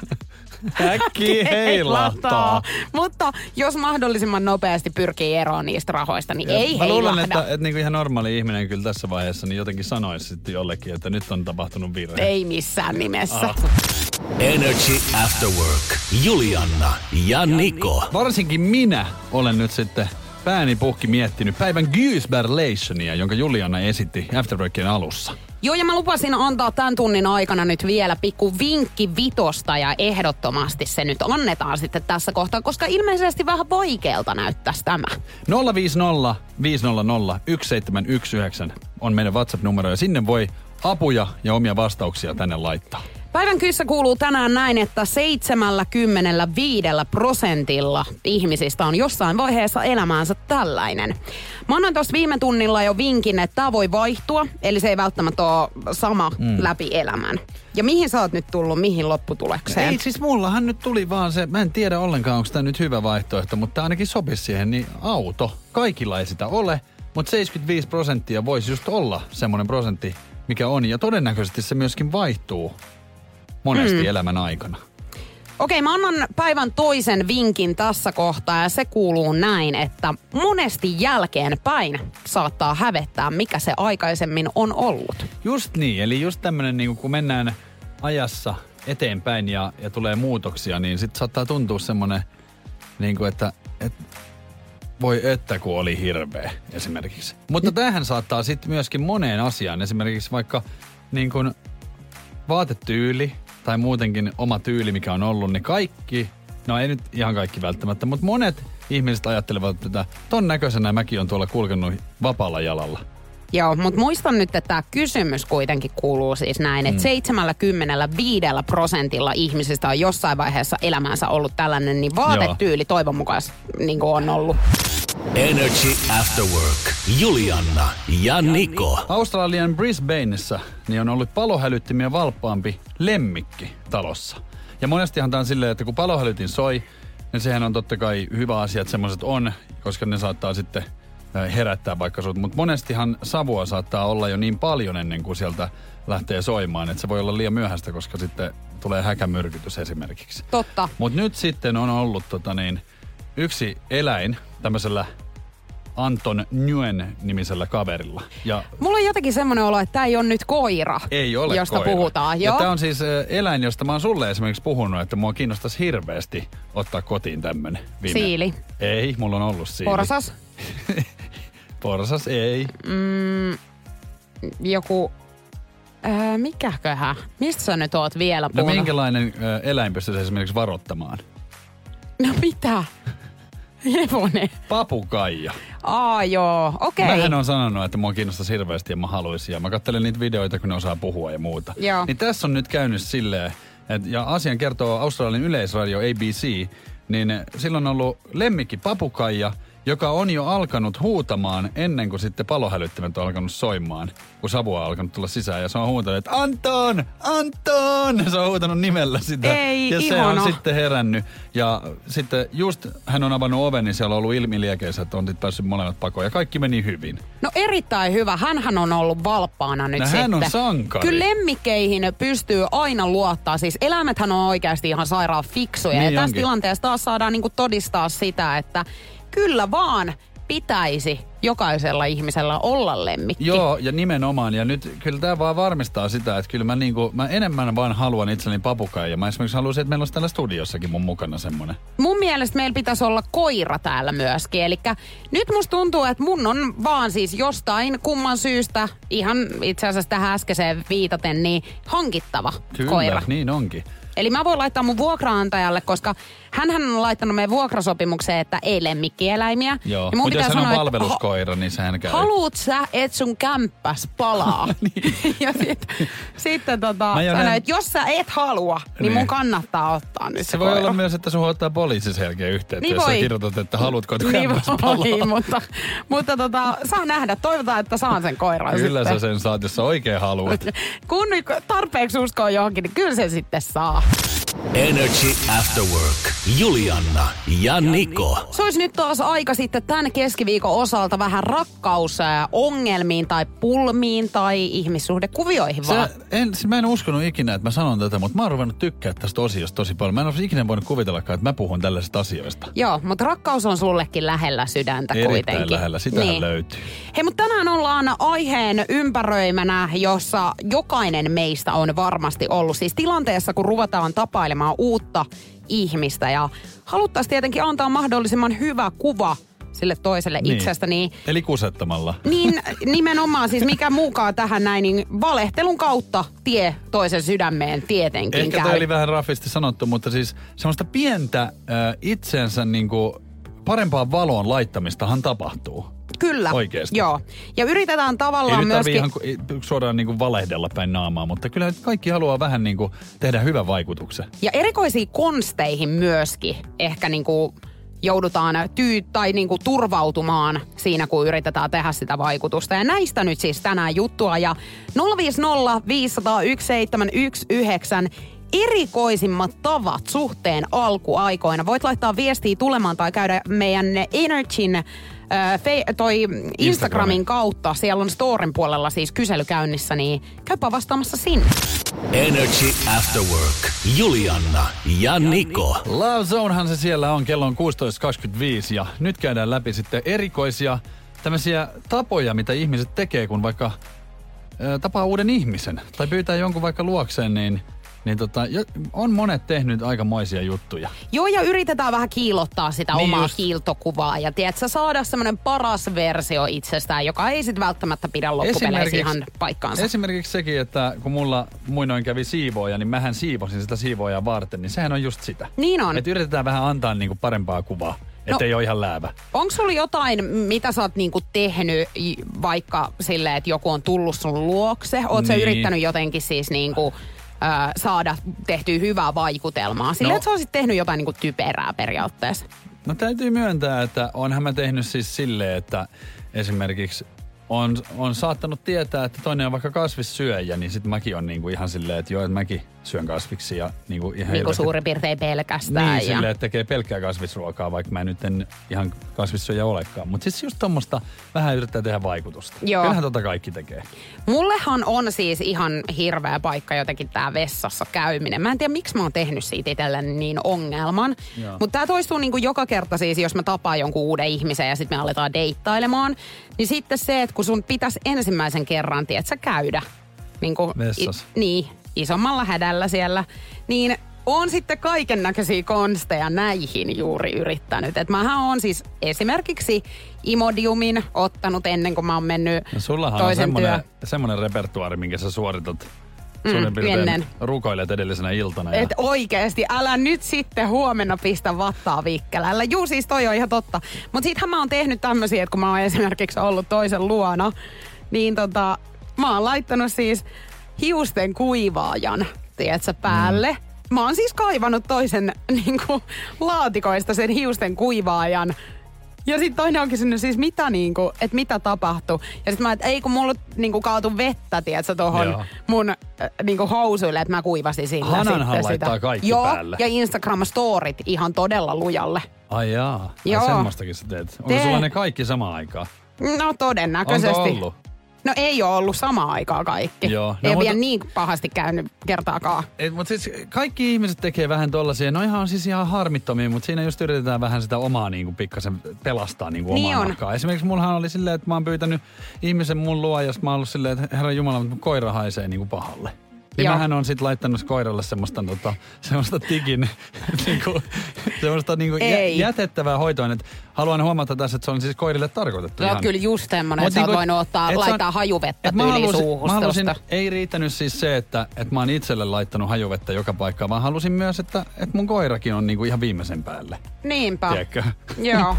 Äkkiä heilahtaa. Mutta jos mahdollisimman nopeasti pyrkii eroon niistä rahoista, niin Ja ei mä luulen, heilahda. että, että niinku ihan normaali ihminen kyllä tässä vaiheessa niin jotenkin sanoisi sitten jollekin, että nyt on tapahtunut virhe. Ei missään nimessä. Ah. Energy After Work. Julianna ja Niko. Varsinkin minä olen nyt sitten pääni puhki miettinyt päivän Gysberlationia, jonka Juliana esitti Afterworkien alussa. Joo, ja mä lupasin antaa tämän tunnin aikana nyt vielä pikku vinkki vitosta, ja ehdottomasti se nyt annetaan sitten tässä kohtaa, koska ilmeisesti vähän vaikealta näyttäisi tämä. nolla viisi nolla viisi nolla nolla yksi seitsemän yksi yhdeksän on meidän WhatsApp-numero, ja sinne voi apuja ja omia vastauksia tänne laittaa. Päivän kyssä kuuluu tänään näin, että seitsemänkymmentäviisi prosentilla ihmisistä on jossain vaiheessa elämäänsä tällainen. Mä annoin tuossa viime tunnilla jo vinkin, että tämä voi vaihtua, eli se ei välttämättä ole sama mm. läpi elämän. Ja mihin sä oot nyt tullut, mihin lopputulekseen? Ei, siis mullahan nyt tuli vaan se, mä en tiedä ollenkaan, onko tämä nyt hyvä vaihtoehto, mutta tämä ainakin sopisi siihen, niin auto. Kaikilla ei sitä ole, mutta seitsemänkymmentäviisi prosenttia voisi just olla semmoinen prosentti, mikä on. Ja todennäköisesti se myöskin vaihtuu monesti mm. elämän aikana. Okei, mä annan päivän toisen vinkin tässä kohtaa, ja se kuuluu näin, että monesti jälkeenpäin saattaa hävettää, mikä se aikaisemmin on ollut. Just niin, eli just tämmönen niin kun mennään ajassa eteenpäin ja, ja tulee muutoksia, niin sit saattaa tuntua semmonen, niin kuin että, että voi että kun oli hirveä esimerkiksi. Mutta tämähän saattaa sitten myöskin moneen asiaan, esimerkiksi vaikka niin kuin vaatetyyli tai muutenkin oma tyyli, mikä on ollut, niin kaikki, no ei nyt ihan kaikki välttämättä, mutta monet ihmiset ajattelevat, että ton näköisenä mäkin on tuolla kulkenut vapaalla jalalla. Joo, mutta muistan nyt, että tämä kysymys kuitenkin kuuluu siis näin, että mm. seitsemänkymmentäviisi prosentilla ihmisistä on jossain vaiheessa elämänsä ollut tällainen, niin vaatetyyli toivon mukaan niin kuin on ollut. Energy After Work. Julianna ja Niko. Australian Brisbaneissa niin on ollut palohälyttimiä valppaampi lemmikki talossa. Ja monestihan tämä on silleen, että kun palohälytin soi, niin sehän on totta kai hyvä asia, että semmoiset on, koska ne saattaa sitten herättää vaikka sut. Mutta monestihan savua saattaa olla jo niin paljon ennen kuin sieltä lähtee soimaan, että se voi olla liian myöhäistä, koska sitten tulee häkämyrkytys esimerkiksi. Totta. Mutta nyt sitten on ollut tota niin, yksi eläin tämmöisellä Anton Nguyen nimisellä kaverilla. Ja mulla on jotenkin semmoinen olo, että tämä ei ole nyt koira, ei ole josta koira. puhutaan. Ja tämä on siis eläin, josta mä oon sulle esimerkiksi puhunut, että mua kiinnostaisi hirveästi ottaa kotiin tämmönen. Viime. Siili. Ei, mulla on ollut siili. Porsas? Porsas ei. Mm, joku, äh, mikäköhän? Mistä sä nyt oot vielä puhunut? No minkälainen äh, eläin pystyisi esimerkiksi varoittamaan? No mitä? Hevonen. Papukaija. Aa joo, okei. Okay. Mähän on sanonut, että mua kiinnostaisi hirveästi ja mä haluaisin. Ja mä katselen niitä videoita, kun ne osaa puhua ja muuta. Joo. Niin tässä on nyt käynyt silleen, että, ja asian kertoo Australian yleisradio A B C, niin silloin on ollut lemmikki papukaija, joka on jo alkanut huutamaan ennen kuin sitten palohälyttimet on alkanut soimaan, kun savua on alkanut tulla sisään. Ja se on huutanut, että Anton! Anton! Se on huutanut nimellä sitä. Ei, ja se ihana. on sitten herännyt. Ja sitten just hän on avannut oven, niin siellä on ollut ilmiliekeissä, että on sitten päässyt molemmat pakoon. Ja kaikki meni hyvin. No erittäin hyvä. Hänhän on ollut valppaana nyt no, sitten. Hän on sankari. Kyllä lemmikkeihin pystyy aina luottaa. Siis eläimethän on oikeasti ihan sairaan fiksuja. Niin ja tässä onkin. tilanteessa taas saadaan niinku todistaa sitä, että kyllä vaan pitäisi jokaisella ihmisellä olla lemmikki. Joo, ja nimenomaan. Ja nyt kyllä tämä vaan varmistaa sitä, että kyllä mä, niinku, mä enemmän vaan haluan itselleni papukaija. Mä esimerkiksi haluaisin, että meillä olisi täällä studiossakin mun mukana semmoinen. Mun mielestä meillä pitäisi olla koira täällä myöskin. Eli nyt musta tuntuu, että mun on vaan siis jostain kumman syystä, ihan itse asiassa tähän äskeiseen viitaten, niin hankittava kyllä, koira. Niin onkin. Eli mä voin laittaa mun vuokraantajalle, koska hänhän on laittanut meidän vuokrasopimukseen, että ei lemmikkieläimiä. Joo, mutta jos hän on palveluskoira, niin sehän käy. Haluut sä, et sun kämppäs palaa? niin. Ja sitten sit, tota, näin, että jos sä et halua, niin, niin mun kannattaa ottaa nyt se, se voi koira. olla myös, että sun ottaa poliisin selkeä yhteyttä, niin jos voi. sä kirjoitat, että haluatko, että niin kämppäs palaa. Voi, mutta, mutta tota, saa nähdä. Toivotaan, että saan sen koiran kyllä sitten. sä sen saat, jos sä oikein haluat. Kun tarpeeksi uskoo johonkin, niin kyllä se sitten saa. Energy After Work. Julianna ja Niko. Se olisi nyt taas aika sitten tämän keskiviikon osalta vähän rakkausongelmiin tai pulmiin tai ihmissuhdekuvioihin vaan. Sä, en, mä en uskonut ikinä, että mä sanon tätä, mutta mä oon ruvennut tykkää tästä osiosta tosi paljon. Mä en ole ikinä voinut kuvitellakaan, että mä puhun tällaisista asioista. Joo, mutta rakkaus on sullekin lähellä sydäntä erittäin kuitenkin. Erittäin lähellä, sitähän niin löytyy. Hei, mutta tänään ollaan aiheen ympäröimänä, jossa jokainen meistä on varmasti ollut. Siis tilanteessa, kun ruvetaan tapailemaan uutta ihmistä ja haluttaisiin tietenkin antaa mahdollisimman hyvä kuva sille toiselle Niin. itsestä. Niin, Eli kusettamalla. niin nimenomaan siis mikä muukaan tähän näin, niin valehtelun kautta tie toisen sydämeen tietenkin Ehkä käy. toi oli vähän raffisti sanottu, mutta siis semmoista pientä äh, itseensä niinku parempaan valoon laittamistahan tapahtuu. Kyllä. Oikeesti. Joo. Ja yritetään tavallaan Ei nyt tarvii myöskin... ihan ku- suoraan niinku valehdella päin naamaa, mutta kyllä kaikki haluaa vähän niinku tehdä hyvän vaikutuksen. Ja erikoisiin konsteihin myöskin ehkä niinku joudutaan tyy- tai niinku turvautumaan siinä, kun yritetään tehdä sitä vaikutusta. Ja näistä nyt siis tänään juttua. Ja nolla viisi nolla viisi nolla nolla yksi seitsemän yksi yhdeksän erikoisimmat tavat suhteen alkuaikoina. Voit laittaa viestiä tulemaan tai käydä meidän Energyn äh, fe- toi Instagramin kautta. Siellä on storin puolella siis kysely käynnissä, niin käypä vastaamassa sinne. Energy After Work. Julianna ja Niko. Love Zonehan se siellä on, kello on kuusitoista kaksikymmentäviisi ja nyt käydään läpi sitten erikoisia tämmöisiä tapoja, mitä ihmiset tekee, kun vaikka äh, tapaa uuden ihmisen tai pyytää jonkun vaikka luokseen, niin Niin tota, on monet tehnyt aikamoisia juttuja. Joo, ja yritetään vähän kiillottaa sitä Niin omaa just. kiiltokuvaa. Ja tiedätkö, saada semmoinen paras versio itsestään, joka ei sitten välttämättä pidä loppupeleissä ihan paikkaansa. Esimerkiksi sekin, että kun mulla muinoin kävi siivooja, niin mähän siivosin sitä siivoojaa varten, niin sehän on just sitä. Niin on. Että yritetään vähän antaa niinku parempaa kuvaa, ettei No, ole ihan läävä. Onko sulla jotain, mitä sä oot niinku tehnyt i- vaikka silleen, että joku on tullut sun luokse? Oot sä Niin. yrittänyt jotenkin siis niinku... Ö, saada tehtyä hyvää vaikutelmaa. Silleen, No. että sä olisit tehnyt jotain niinku typerää periaatteessa. No täytyy myöntää, että onhan mä tehnyt siis silleen, että esimerkiksi on, on saattanut tietää, että toinen on vaikka kasvissyöjä, niin sit mäkin on niinku ihan silleen, että joo, että mäkin syön kasviksi ja niinku ihan Niinku hirveästi- suurin piirtein pelkästään. Niin, ja... silleen, että tekee pelkkää kasvisruokaa, vaikka mä nyt en ihan kasvissyöjä olekaan. Mutta siis just tommoista vähän yrittää tehdä vaikutusta. Joo. Kyllähän tota kaikki tekee. Mullehan on siis ihan hirveä paikka jotenkin tää vessassa käyminen. Mä en tiedä, miksi mä oon tehnyt siitä itselleni niin ongelman. Joo. Mutta tää toistuu niinku joka kerta siis, jos mä tapaan jonkun uuden ihmisen ja sitten me aletaan deittailemaan. Niin sitten se, että kun sun pitäisi ensimmäisen kerran, tiedätkö, käydä niinku, Vessassa. I, niin, isommalla hädällä siellä, niin on sitten kaiken näköisiä konsteja näihin juuri yrittänyt. Et mähän on siis esimerkiksi Imodiumin ottanut ennen kuin mä oon mennyt No sullahan on toisen semmonen, työ. semmonen repertuaari, minkä sä suoritat. Mm, Suurin piirtein ennen. rukoilet edellisenä iltana. Ja... Et oikeesti, älä nyt sitten huomenna pistä vattaa vikkelällä. Juu, siis toi on ihan totta. Mut sittenhän mä oon tehnyt tämmösiä, että kun mä oon esimerkiksi ollut toisen luona, niin tota, mä oon laittanut siis hiusten kuivaajan, tiedätkö, päälle. Mm. Mä oon siis kaivannut toisen niinku, laatikoista sen hiusten kuivaajan. Ja sitten toinen on kysynyt siis mitä niinku, että mitä tapahtui. Ja sitten mä, että ei kun mulla niinku kaatu vettä, tiedätkö, tohon Joo. mun äh, niinku housuille, että mä kuivasin sillä Hananhan sitten laittaa sitä. kaikki Joo, päälle. ja Instagram-storit ihan todella lujalle. Ai jaa. Joo. Ai semmoistakin sä teet. Onko Teen. sulla ne kaikki samaan aikaan? No todennäköisesti. Onko ollut? No ei ole ollut samaan aikaan kaikki. Joo. No, ei mutta- vielä niin pahasti käynyt kertaakaan. Mutta siis kaikki ihmiset tekee vähän tollasia, no ihan siis ihan harmittomia, mutta siinä just yritetään vähän sitä omaa niinku pikkasen pelastaa niinku Niin omaa on. nahkaa. Esimerkiksi mullahan oli silleen, että mä oon pyytänyt ihmisen mun luo, jos mä oon ollut silleen, että herra jumala, mutta mun koira haisee niinku pahalle. Niin Joo. mähän on sit laittanut koiralle semmoista, tota, semmoista tigin, niinku, semmoista niinku jä, Ei. jätettävää hoitoa. Että haluan huomata tässä, että se on siis koirille tarkoitettu. Sä oot ihan. kyllä just semmonen, Mut että sä oot niinku, voinut ottaa, et se on- laittaa hajuvettä et mä tyyliin halusin- suuhun. Mä halusin, tosta. ei riittänyt siis se, että, että mä oon itselle laittanut hajuvettä joka paikkaan, vaan halusin myös, että, että mun koirakin on niinku ihan viimeisen päälle. Niinpä. Tiedätkö? Joo.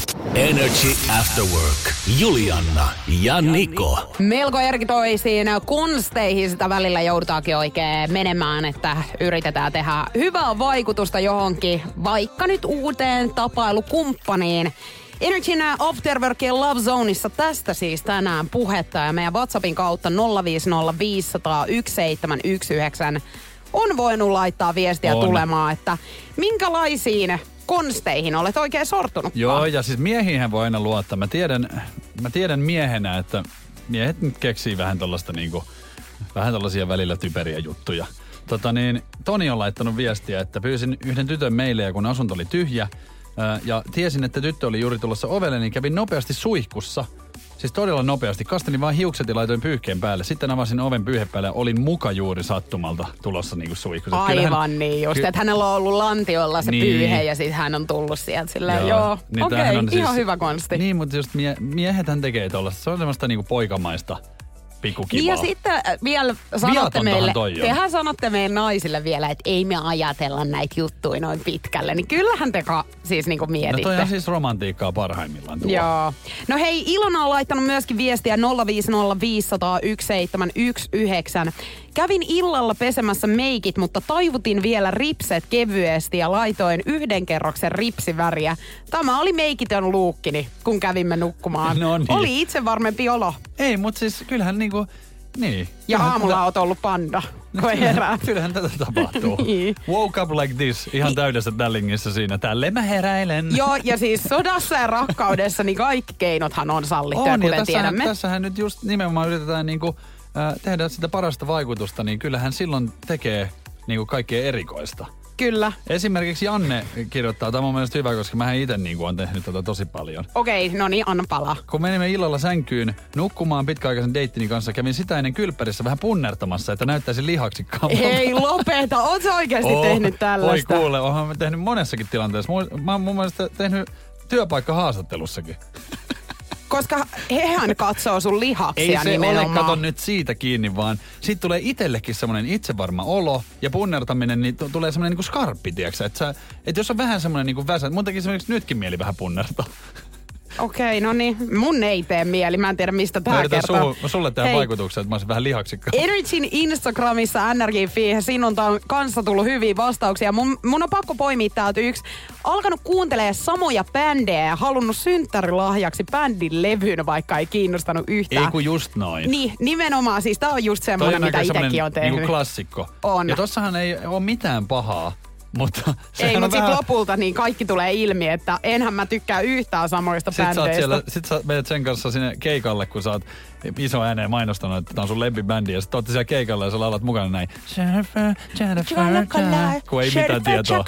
Energy After Work. Julianna ja Niko. Melko erikoisiin konsteihin sitä välillä joudutaankin oikein menemään, että yritetään tehdä hyvää vaikutusta johonkin, vaikka nyt uuteen tapailukumppaniin. Energyn Afterwork ja Love Zoneissa tästä siis tänään puhetta ja meidän WhatsAppin kautta nolla viisi nolla viisi nolla nolla yksi seitsemän yksi yhdeksän on voinut laittaa viestiä On. tulemaan, että minkälaisiin konsteihin olet oikein sortunut. Joo, ja siis miehiinhän voi aina luottaa. Mä tiedän, mä tiedän miehenä, että miehet nyt keksii vähän tollaista niinku, vähän tollaisia välillä typeriä juttuja. Tota niin, Toni on laittanut viestiä, että pyysin yhden tytön meille ja kun asunto oli tyhjä ää, ja tiesin, että tyttö oli juuri tulossa ovelle, niin kävin nopeasti suihkussa. siis todella nopeasti. Kastelin vaan hiukset ja laitoin pyyhkeen päälle. Sitten avasin oven pyyhe päälle ja olin muka juuri sattumalta tulossa niinku suihkussa. Aivan Kyllähän, niin just, ky- että hänellä on ollut lantiolla se niin. pyyhe ja sitten hän on tullut sieltä silleen, joo, joo niin okei, okay, ihan siis, hyvä konsti. Niin, mutta just mie, miehethän tekee tollaista. Se on semmoista niinku poikamaista. Niin ja sitten vielä sanotte meille, tehän sanotte meidän naisille vielä, että ei me ajatella näitä juttuja noin pitkälle. Niin kyllähän te ka, siis niinku mietitte. No toi on siis romantiikkaa parhaimmillaan tuo. Joo. No hei, Ilona on laittanut myöskin viestiä nolla viisi nolla viisi nolla nolla yksi seitsemän yksi yhdeksän. Kävin illalla pesemässä meikit, mutta taivutin vielä ripset kevyesti ja laitoin yhden kerroksen ripsiväriä. Tämä oli meikitön luukkini, kun kävimme nukkumaan. No niin. Oli itse varmempi olo. Ei, mutta siis kyllähän niinku, niin. Ja kyllähän aamulla tätä, oot ollut panda, kun herää. Kyllähän tätä tapahtuu. Niin. Woke up like this, ihan niin. Täydessä tällingissä siinä. Tälleen mä heräilen. Joo, ja siis sodassa ja rakkaudessa niin kaikki keinothan on sallittuja, on, kuten ja tiedämme. Tässähän, tässähän nyt just nimenomaan yritetään niinku, äh, tehdä sitä parasta vaikutusta, niin kyllähän silloin tekee niinku kaikkea erikoista. Kyllä. Esimerkiksi Janne kirjoittaa, tämä on mun mielestä hyvä, koska mä itse niinku on tehnyt tätä tosi paljon. Okei, okay, no niin, anna palaa. Kun menimme illalla sänkyyn nukkumaan pitkäaikaisen deittini kanssa, kävin sitä ennen kylppärissä vähän punnertamassa, että näyttäisi lihaksi kammalta. Ei lopeta, oot sä oikeasti oh, tehnyt tällaista? Voi kuule, oonhan mä tehnyt monessakin tilanteessa. Mä oon mun mielestä tehnyt työpaikkahaastattelussakin. Koska hehän katsoo sun lihaksia Ei se nimenomaan. ole, kato nyt siitä kiinni, vaan siitä tulee itsellekin semmoinen itsevarma olo ja punnertaminen, niin t- tulee semmoinen niinku skarppi, tiiäksä. Että et jos on vähän semmoinen niinku väsä, mun teki esimerkiksi nytkin mieli vähän punnertaa. Okei, okay, no niin. Mun ei tee mieli. Mä en tiedä, mistä tää kertoo. Suhu, sulle tehdä vaikutuksia, että mä olisin vähän lihaksikka. Energyn Instagramissa N R J Fi, siinä on kanssa tullut hyviä vastauksia. Mun, mun on pakko poimia täältä yksi. Alkanut kuuntelemaan samoja bändejä ja halunnut synttärilahjaksi bändin levyn, vaikka ei kiinnostanut yhtään. Ei kun just noin. Niin, nimenomaan. Siis tää on just semmoinen, mitä itekin on tehnyt. Niinku klassikko. On. Ja tossahan ei ole mitään pahaa. Mutta ei, mutta vähän... sitten lopulta niin kaikki tulee ilmi, että enhän mä tykkää yhtään samoista sit bändeistä. Sä siellä, sit sä menet sen kanssa sinne keikalle, kun sä oot iso ääneen mainostanut, että tää on sun lempibändi. Ja sit ootte siellä keikalla ja sä laulat mukana näin. Kun ei mitään tietoa.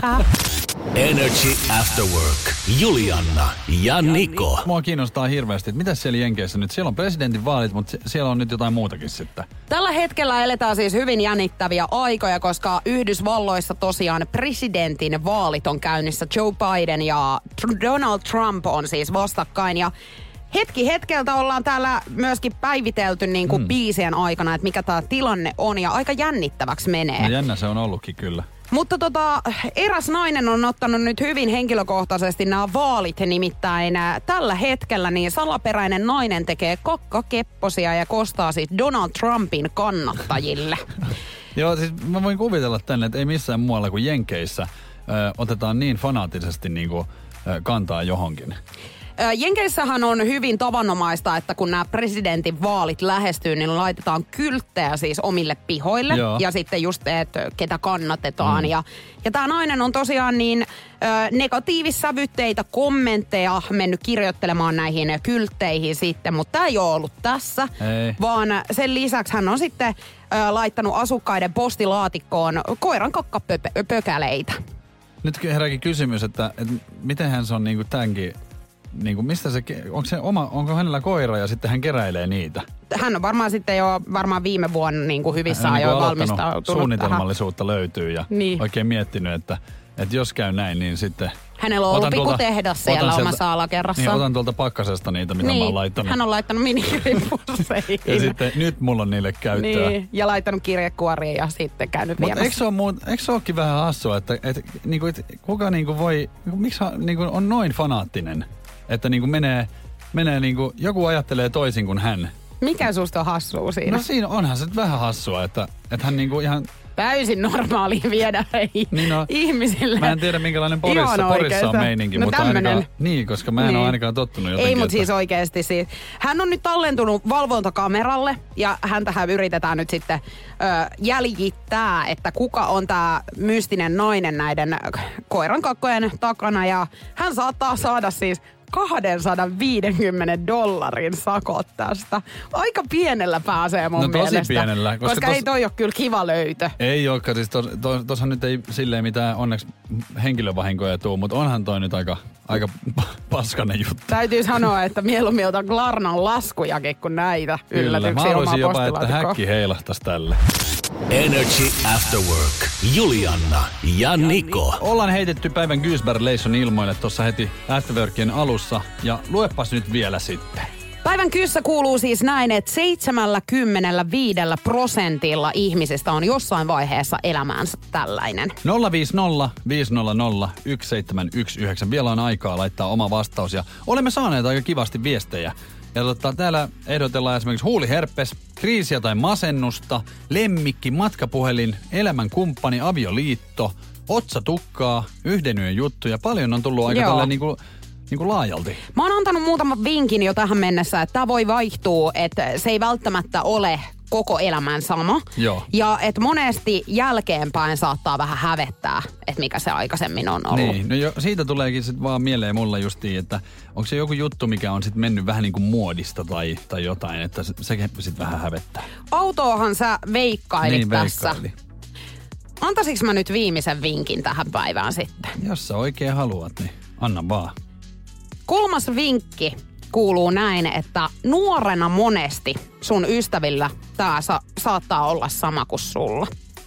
Energy After Work. Julianna ja Niko. Mua kiinnostaa hirveästi, että mitä siellä Jenkeissä nyt? Siellä on presidentin vaalit, mutta siellä on nyt jotain muutakin sitten. Tällä hetkellä eletään siis hyvin jännittäviä aikoja, koska Yhdysvalloissa tosiaan presidentin vaalit on käynnissä. Joe Biden ja Donald Trump on siis vastakkain ja hetki hetkeltä ollaan täällä myöskin päivitelty niin kuin mm. biisien aikana, että mikä tämä tilanne on ja aika jännittäväksi menee. No jännä se on ollutkin kyllä. Mutta tota, eräs nainen on ottanut nyt hyvin henkilökohtaisesti nämä vaalit, nimittäin tällä hetkellä niin salaperäinen nainen tekee kakkakepposia ja kostaa siis Donald Trumpin kannattajille. Joo, siis mä voin kuvitella tänne, että ei missään muualla kuin Jenkeissä ö, otetaan niin fanaattisesti niin kuin, ö, kantaa johonkin. Jenkeissähän on hyvin tavanomaista, että kun nämä presidentin vaalit lähestyy, niin laitetaan kylttejä siis omille pihoille. Joo. Ja sitten just, että ketä kannatetaan. Mm. Ja, ja tämä nainen on tosiaan niin ö, negatiivissävytteitä kommentteja mennyt kirjoittelemaan näihin kyltteihin sitten. Mutta tämä ei ole ollut tässä, ei. Vaan sen lisäksi hän on sitten ö, laittanut asukkaiden postilaatikkoon koiran kakkapökäleitä. Nyt herääkin kysymys, että, että mitenhän se on niinku tämänkin... Niin kuin mistä se, onko se oma, onko hänellä koira ja sitten hän keräilee niitä? Hän on varmaan sitten jo varmaan viime vuonna niin kuin hyvissä hän ajoin niin valmistautunut suunnitelmallisuutta tähän. Löytyy ja niin. Oikein miettinyt, että, että jos käy näin, niin sitten... Hänellä on ollut pikku tehdas siellä omassa alakerrassa. Niin, otan tuolta pakkasesta niitä, mitä niin, mä oon laittanut. Hän on laittanut miniripusseihin. Ja sitten nyt mulla on niille käyttöä. Niin, ja laittanut kirjekuoriin ja sitten käynyt Mut viemässä. Eikö se, muut, eikö se olekin vähän hassua, että, että, niinku, että kuka niinku voi, miksi niinku on noin fanaattinen? Että niinku menee, menee niinku, joku ajattelee toisin kuin hän. Mikä susta on hassua siinä? No siinä onhan se vähän hassua, että, että hän niinku ihan... Täysin normaali viedä niin no, ihmisille. Mä en tiedä minkälainen Porissa, Porissa on meininki, no, mutta ainakaan... Niin, koska mä en niin. ole ainakaan tottunut jotenkin. Ei, mutta että... siis oikeasti siis. Hän on nyt tallentunut valvontakameralle ja häntähän yritetään nyt sitten ö, jäljittää, että kuka on tää mystinen nainen näiden koirankakkojen takana. Ja hän saattaa saada siis kaksisataaviisikymmentä dollarin sakot tästä. Aika pienellä pääsee mun no, tosi mielestä. pienellä. Koska, koska tos... ei toi ole kyllä kiva löytö. Ei olekaan. Siis tos, tos, tossahan nyt ei silleen mitään onneksi henkilövahinkoja tuu, mutta onhan toi nyt aika, aika paskainen juttu. Täytyy sanoa, että mieluummin otan Klarnan laskujakin kuin näitä yllätyksiä. Mä haluaisin jopa, että häkki heilahtaisi tälle. Energy After Work. Julianna ja Niko. Ollaan heitetty päivän Gyysberg-leisson ilmoille tuossa heti Afterworkien alussa. Ja luepas nyt vielä sitten. Päivän kyssä kuuluu siis näin, että seitsemänkymmentäviisi prosentilla ihmisistä on jossain vaiheessa elämäänsä tällainen. nolla viisi nolla viisi nolla nolla yksi seitsemän yksi yhdeksän. Vielä on aikaa laittaa oma vastaus. Ja olemme saaneet aika kivasti viestejä. Ja tota, täällä ehdotellaan esimerkiksi huuliherpes, kriisiä tai masennusta, lemmikki, matkapuhelin, elämänkumppani, avioliitto, otsatukkaa, yhden yön juttuja. Paljon on tullut aika tällä niinku, niinku laajalti. Mä oon antanut muutaman vinkin jo tähän mennessä, että tää voi vaihtua, että se ei välttämättä ole koko elämän sama. Joo. Ja että monesti jälkeenpäin saattaa vähän hävettää, että mikä se aikaisemmin on ollut. Niin, no jo, siitä tuleekin sitten vaan mieleen mulla justiin, että onko se joku juttu, mikä on sitten mennyt vähän niin kuin muodista tai, tai jotain, että se, se sitten vähän hävettää. Autoahan sä veikkailit niin, tässä. veikkaili. Antaisinko mä nyt viimeisen vinkin tähän päivään sitten? Jos sä oikein haluat, niin anna vaan. Kolmas vinkki kuuluu näin, että nuorena monesti sun ystävillä tää sa- saattaa olla sama kuin sulla.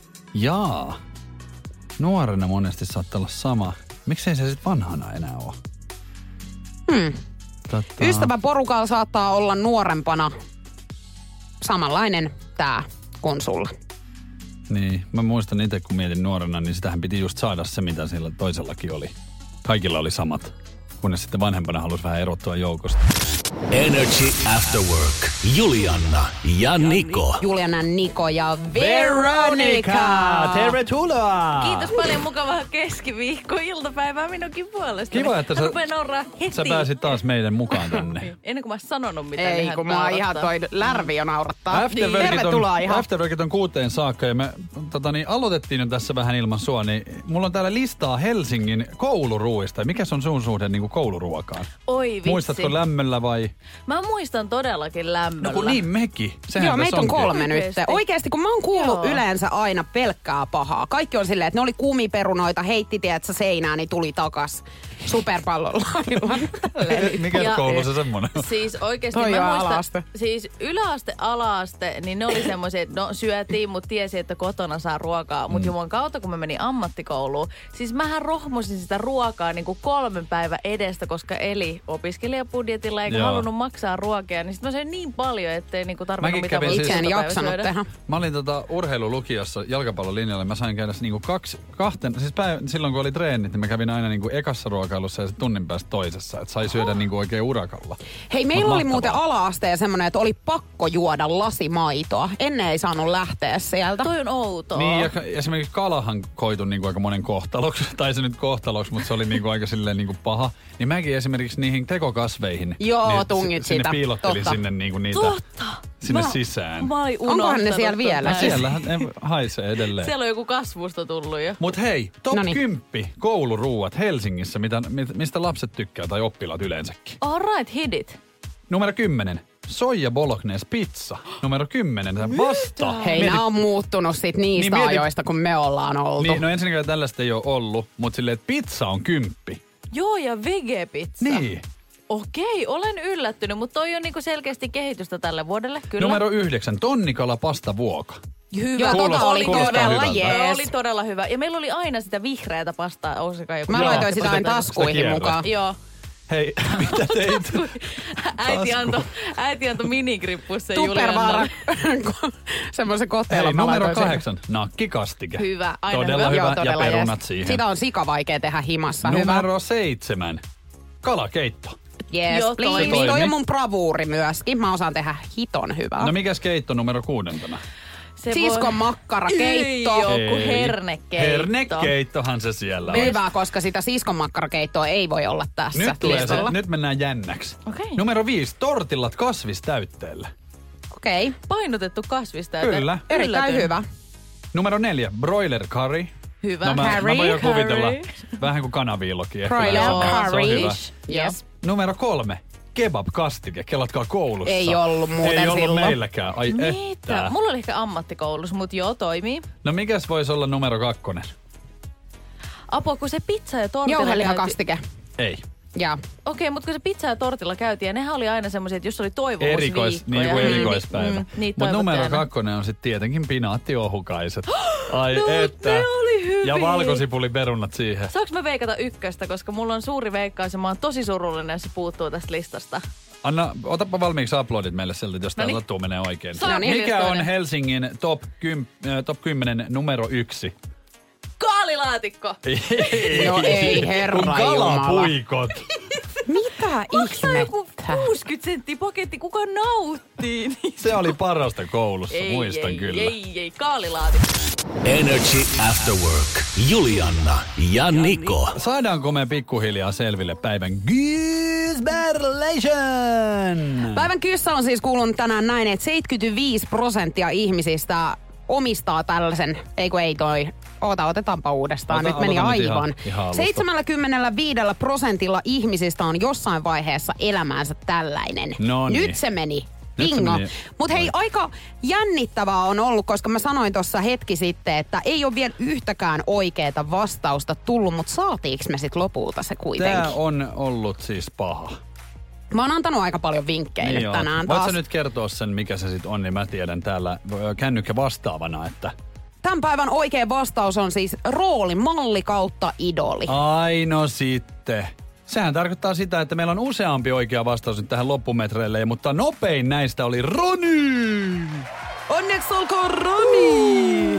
Jaa. Nuorena monesti saattaa olla sama. Miksei se sitten vanhana enää ole? Hmm. Tota... Ystäväporukalla saattaa olla nuorempana samanlainen tää kuin sulla. Niin, mä muistan itse kun mietin nuorena, niin sitähän piti just saada se, mitä sillä toisellakin oli. Kaikilla oli samat, kunnes sitten vanhempana halusi vähän erottua joukosta. Energy After Work. Julianna ja Niko. Julianna, Niko ja Veronica. Tervetuloa! Kiitos paljon, mukavaa keskiviikko-iltapäivää minunkin puolesta. Kiva, että sä, sä pääsit taas meidän mukaan tänne. Ennen kuin mä sanonut mitään. Ei, kun mä ihan toi lärvi on naurattaa. Afterworkit Tervetuloa on, ihan. Afterworkit on kuuteen saakka ja me tota, niin, aloitettiin jo tässä vähän ilman sua, niin mulla on täällä listaa Helsingin kouluruuista. Mikä on sun suhde niin kuin kouluruokaan? Oi vitsi. Muistatko lämmöllä vai? Mä muistan todellakin lämmöllä. No kun niin mekin. Sehän Joo, meitä on onkin. kolme Oikeesti. nyt. Oikeesti, kun mä oon kuullut Joo. yleensä aina pelkkää pahaa. Kaikki on silleen, että ne oli kumiperunoita, heitti tiedätkö seinään, niin tuli takas superpallolla. Mikä Ja- koulu se semmonen on? Siis oikeesti Toi mä on muistan, ala-aste. siis yläaste, alaaste, niin ne oli semmoisia, että no syötiin, mutta tiesi, että kotona saa ruokaa. Mutta mm. juman kautta, kun mä menin ammattikouluun, siis mähän rohmusin sitä ruokaa niin kuin kolmen päivän edestä, koska eli opiskelijabudjetilla eikä Joo. halunnut maksaa ruokia. Niin sit mä söin niin paljon, ettei niin kuin tarvinnut Mäkin mitään kävin Itse en siis- jaksanut tehdä. Mä olin tota urheilulukiossa jalkapallolinjalla. Mä sain käydä niinku kaksi, kahten, siis päivä, silloin kun oli treenit, niin mä kävin aina niinku ekassa ruokailussa ja sitten tunnin päästä toisessa. Että sai syödä niinku oikein urakalla. Hei, meillä Mut oli muuten mahtavaa. ala-asteen semmoinen, että oli pakko juoda lasimaitoa. Ennen ei saanut lähteä sieltä. Toi on outoa. Niin, ja esimerkiksi kalahan koitui niinku aika monen kohtaloksi. Tai se nyt kohtaloksi, mutta se oli niinku aika silleen niinku paha. Niin mäkin esimerkiksi niihin tekokasveihin. Joo, niin tungit sinne sitä. piilottelin Totta. sinne niinku niitä Totta. sinne Mä- sisään. Mä oon Onkohan ne unohtanut siellä vielä? tota. Siellähän ne haisee edelleen. Siellä on joku kasvusto tullut jo. Mut hei, top Noniin. kymmenen kouluruuat Helsingissä, mitä, mit- mistä lapset tykkää tai oppilaat yleensäkin. All right, hit it. Numero kymmenen. Soija bolognese pizza. Numero kymmenen. Vasta. Hei, Mieti- nämä on muuttunut sit niistä Niin, mieti- ajoista, kun me ollaan oltu. Niin, no ensinnäkään tällaista ei ole ollut, mutta silleen, että pizza on kymppi. Joo, ja vegepizza. Niin. Okei, olen yllättynyt, mutta toi on niinku selkeästi kehitystä tälle vuodelle, kyllä. Numero yhdeksän. Tonnikala pasta vuoka. Hyvä. Joo, tota Kuulostaa- oli kuulostaa todella hyvältä. jees. Oli todella hyvä. Ja meillä oli aina sitä vihreätä pastaa. Ousika joku. Mä Joo, laitoin sitä sitä- aina sitä taskuihin kierrät. mukaan. Joo. Hei, mitä teit? Äiti Tasku. antoi äiti anto minikrippussa Tuppervaara. Juliannalle. Semmoisen Hei, koteelon. mä numero laitoin sen. kahdeksan. Nakkikastike. Hyvä, aina Todella hyvä. hyvä. Joo, Ja todella perunat jees. siihen. Sitä on sika vaikea tehdä himassa. Hyvä. Numero seitsemän. Kalakeitto. Yes, Joo, please. toimii. Toi Toimii. on mun bravuuri myöskin. Mä osaan tehdä hiton hyvää. No mikäs keitto numero kuudentena? Se Siskon voi- makkarakeitto. Ei oo, kun Ei. hernekeitto. Hernekeittohan se siellä on. Hyvä, koska sitä siskon makkarakeittoa ei voi olla tässä Nyt, tulee se, listalla. nyt mennään jännäksi. Okei. Numero viisi. Tortillat kasvistäytteellä. Okei, Painotettu kasvista. Kyllä. erittäin hyvä. Numero neljä. Broiler curry. Hyvä. No mä, mä Curry, voin jo curry. kuvitella vähän kuin kanaviilokin. ehkä Broiler vähän sama. Se on curry. hyvä. Yes. numero kolme. Kebab-kastike. Kelatkaa koulussa. Ei ollut muuten Ei ollut silloin. meilläkään. Ai Mitä? että. Mulla oli ehkä ammattikoulussa, mutta joo, toimii. No mikäs voisi olla numero kakkonen? Apua, kun se pizza ja tortilla Jauhelihakastike. Ei. Ja. Okei, mutta kun se pizza ja tortilla käytiin, ja nehän oli aina semmoisia, että jos oli toivomusviikko. Erikois, niin kuin erikoispäivä. Mm, niin Mutta numero kakkonen on sitten tietenkin pinaattiohukaiset. Ai no, että. ne oli hyviä. Ja valkosipuliperunat siihen. Saanko mä veikata ykköstä, koska mulla on suuri veikkaus ja mä oon tosi surullinen, jos se puuttuu tästä listasta. Anna, otapa valmiiksi uploadit meille sieltä, jos tää Noniin. sattuu menee oikein. Sano Mikä neljästoinen. on Helsingin top, kym, äh, top kymmenen numero yksi? Kaalilaatikko! No ei, herra Kun jumala. kalapuikot. Mitä Maksaa joku ihmettä? kuusikymmentä senttiä paketti, kuka nauttii? Se oli parasta koulussa, ei, muistan ei, kyllä. Ei, ei, kaalilaatikko. Energy After Work. Julianna ja Niko. Saadaanko me pikkuhiljaa selville päivän Gysberlation? Päivän kyssä on siis kuulunut tänään näin, että seitsemänkymmentäviisi prosenttia ihmisistä omistaa tällaisen, eikö ei toi, oota, otetaanpa uudestaan, Ota- nyt meni aloita nyt aivan. ihan- ihan alusta. seitsemänkymmentäviisi prosentilla ihmisistä on jossain vaiheessa elämäänsä tällainen. No niin. Nyt se meni. Nyt se Bingo. meni. Mutta hei, aika jännittävää on ollut, koska mä sanoin tuossa hetki sitten, että ei ole vielä yhtäkään oikeaa vastausta tullut, mutta saatiinko me sitten lopulta se kuitenkin? Tää on ollut siis paha. Mä oon antanut aika paljon vinkkejä nyt joo. tänään Voit taas. sä nyt kertoa sen, mikä se sitten on, niin mä tiedän täällä ö, kännykkä vastaavana, että... Tämän päivän oikea vastaus on siis rooli, malli kautta idoli. Ai no sitten. Sehän tarkoittaa sitä, että meillä on useampi oikea vastaus nyt tähän loppumetreille, mutta nopein näistä oli Roni! Onneksi olkoon Roni!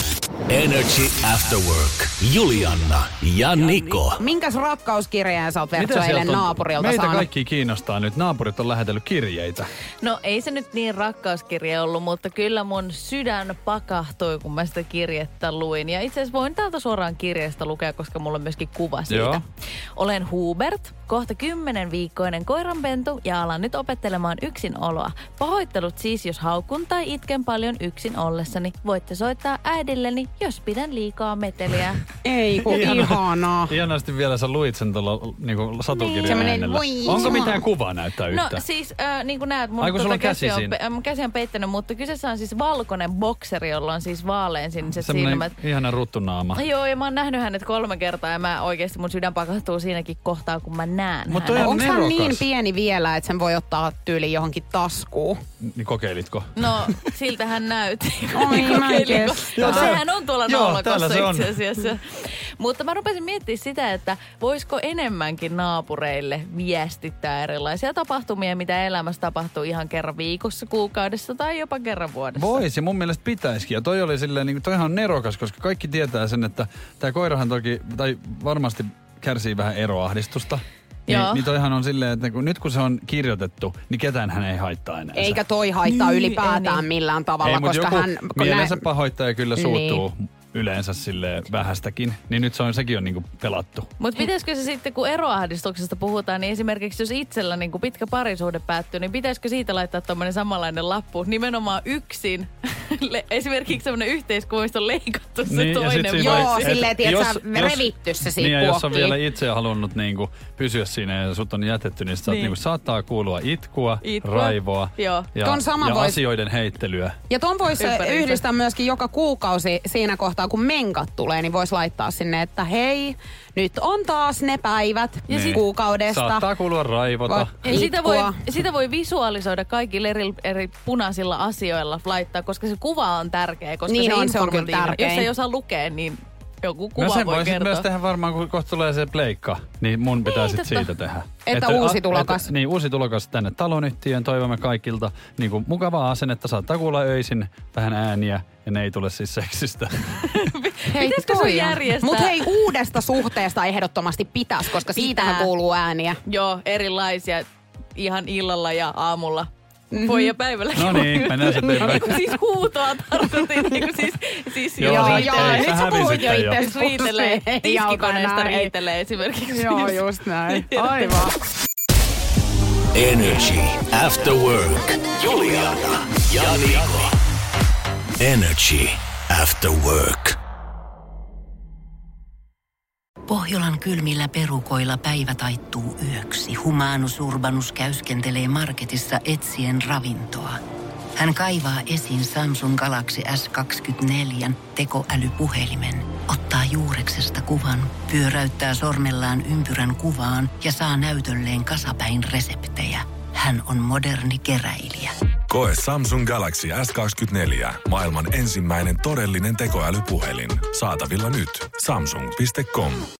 Energy After Work. Julianna ja Niko. Minkäs rakkauskirjeen sä oot Mitä Vertsu eilen sieltä on? naapurilta Meitä saanut? kaikki kiinnostaa nyt. Naapurit on lähetellyt kirjeitä. No ei se nyt niin rakkauskirje ollut, mutta kyllä mun sydän pakahtui, kun mä sitä kirjettä luin. Ja itse asiassa voin täältä suoraan kirjeestä lukea, koska mulla on myöskin kuva siitä. Joo. Olen Hubert, kohta kymmenen viikkoinen koiranpentu ja alan nyt opettelemaan yksinoloa. Pahoittelut siis, jos haukun tai itken paljon yksin ollessani. Voitte soittaa äidilleni, jos pidän liikaa meteliä. Ei kun ihanaa. Ihanasti vielä sä luit sen tuolla niinku satukirjan Semmonen äänellä. voi Onko jumala. mitään kuvaa näyttää No yhtään? siis, äh, niin kuin näet, mun Ai, kun sulla on käsi käsi, on, siinä. pe- mun käsi on peittänyt, mutta kyseessä on siis valkoinen bokseri, jolla on siis vaaleansiniset Semmoinen silmät. ihana ruttunaama. Joo, ja mä oon nähnyt hänet kolme kertaa ja mä oikeesti mun sydän pakahtuu siinäkin kohtaa, kun mä näen Mut toi hänet. on Onko hän nerokas. niin pieni vielä, että sen voi ottaa tyyliin johonkin taskuun? Niin kokeilitko? No, siltä hän näytti. Oi, mä en kestä. No, sehän on tuolla Joo, naulakossa täällä se on. itse asiassa. Mutta mä rupesin miettimään sitä, että voisiko enemmänkin naapureille viestittää erilaisia tapahtumia, mitä elämässä tapahtuu ihan kerran viikossa, kuukaudessa tai jopa kerran vuodessa. Voisi, mun mielestä pitäisikin. Ja toi oli silleen, niin toihan on nerokas, koska kaikki tietää sen, että tämä koirahan toki, tai varmasti kärsii vähän eroahdistusta. Niin, Joo. niin toihan on silleen, että kun, nyt kun se on kirjoitettu, niin ketään hän ei haittaa enää. Eikä toi haittaa Niin, ylipäätään ei niin. millään tavalla, ei, mutta koska joku hän... kun mielensä nä- pahoittaja kyllä suuttuu niin. yleensä silleen vähästäkin. Niin nyt se on, sekin on niinku pelattu. Mutta pitäisikö se sitten, kun eroahdistuksesta puhutaan, niin esimerkiksi jos itsellä niin kun pitkä parisuhde päättyy, niin pitäisikö siitä laittaa tommonen samanlainen lappu nimenomaan yksin? Le- esimerkiksi semmoinen yhteiskuva, mistä on leikattu se Niin, ja sit toinen. siinä Joo, voi- silleen, et tiedät jos- sä, jos- revitty se siitä Niin, ja jos on puokkiin. vielä itse halunnut niinku pysyä siinä ja sut on jätetty, niin, sit Niin. niin. Niinku, saattaa kuulua itkua, Itkua, raivoa joo. ja, Ton sama ja vois- asioiden heittelyä. Ja ton voisi Ympäriinsä. yhdistää myöskin joka kuukausi siinä kohtaa, kun menkat tulee, niin voisi laittaa sinne, että hei, nyt on taas ne päivät Niin. kuukaudesta. Saattaa kuulua raivota. Va- Ja sitä voi, Itkua. sitä voi visualisoida kaikilla eri, eri punaisilla asioilla laittaa, koska se kuva on tärkeä. Koska Niin se on, se on kyllä informatiivinen- tärkein. Jos ei osaa lukea, niin joku kuva No sen voi voi sit kertoa. myös tehdä varmaan, kun kohta tulee se pleikka, niin mun pitää Niin, sit totta. siitä tehdä. Että uusi a- tulokas. Että, niin, uusi tulokas tänne talonyhtiöön. Toivomme kaikilta niin kuin mukavaa asennetta. Saattaa kuulla öisin vähän ääniä ja ne ei tule siis seksistä. Hei, Pitäisikö sun järjestää? Mutta hei, uudesta suhteesta ehdottomasti pitäisi, koska siitähän Pitää. kuuluu ääniä. Joo, erilaisia ihan illalla ja aamulla. Voi ja päivällä. No niin, mennään sitten eteenpäin. Niin siis huutoa tarkoitin. Niin kuin siis, siis Joo, jos se- riitelee- ei, nyt sä sä puhut hävisit jo jo. itse jos riitelee, tiskikoneesta näin. riitelee esimerkiksi. Joo, just näin. Aivan. Energy After Work. Juliana ja Niko. Energy After Work. Pohjolan kylmillä perukoilla päivä taittuu yöksi. Humanus Urbanus käyskentelee marketissa etsien ravintoa. Hän kaivaa esiin Samsung Galaxy S kaksikymmentäneljä tekoälypuhelimen, ottaa juureksesta kuvan, pyöräyttää sormellaan ympyrän kuvaan ja saa näytölleen kasapäin reseptejä. Hän on moderni keräilijä. Koe Samsung Galaxy S kaksikymmentäneljä, maailman ensimmäinen todellinen tekoälypuhelin. Saatavilla nyt. Samsung piste com.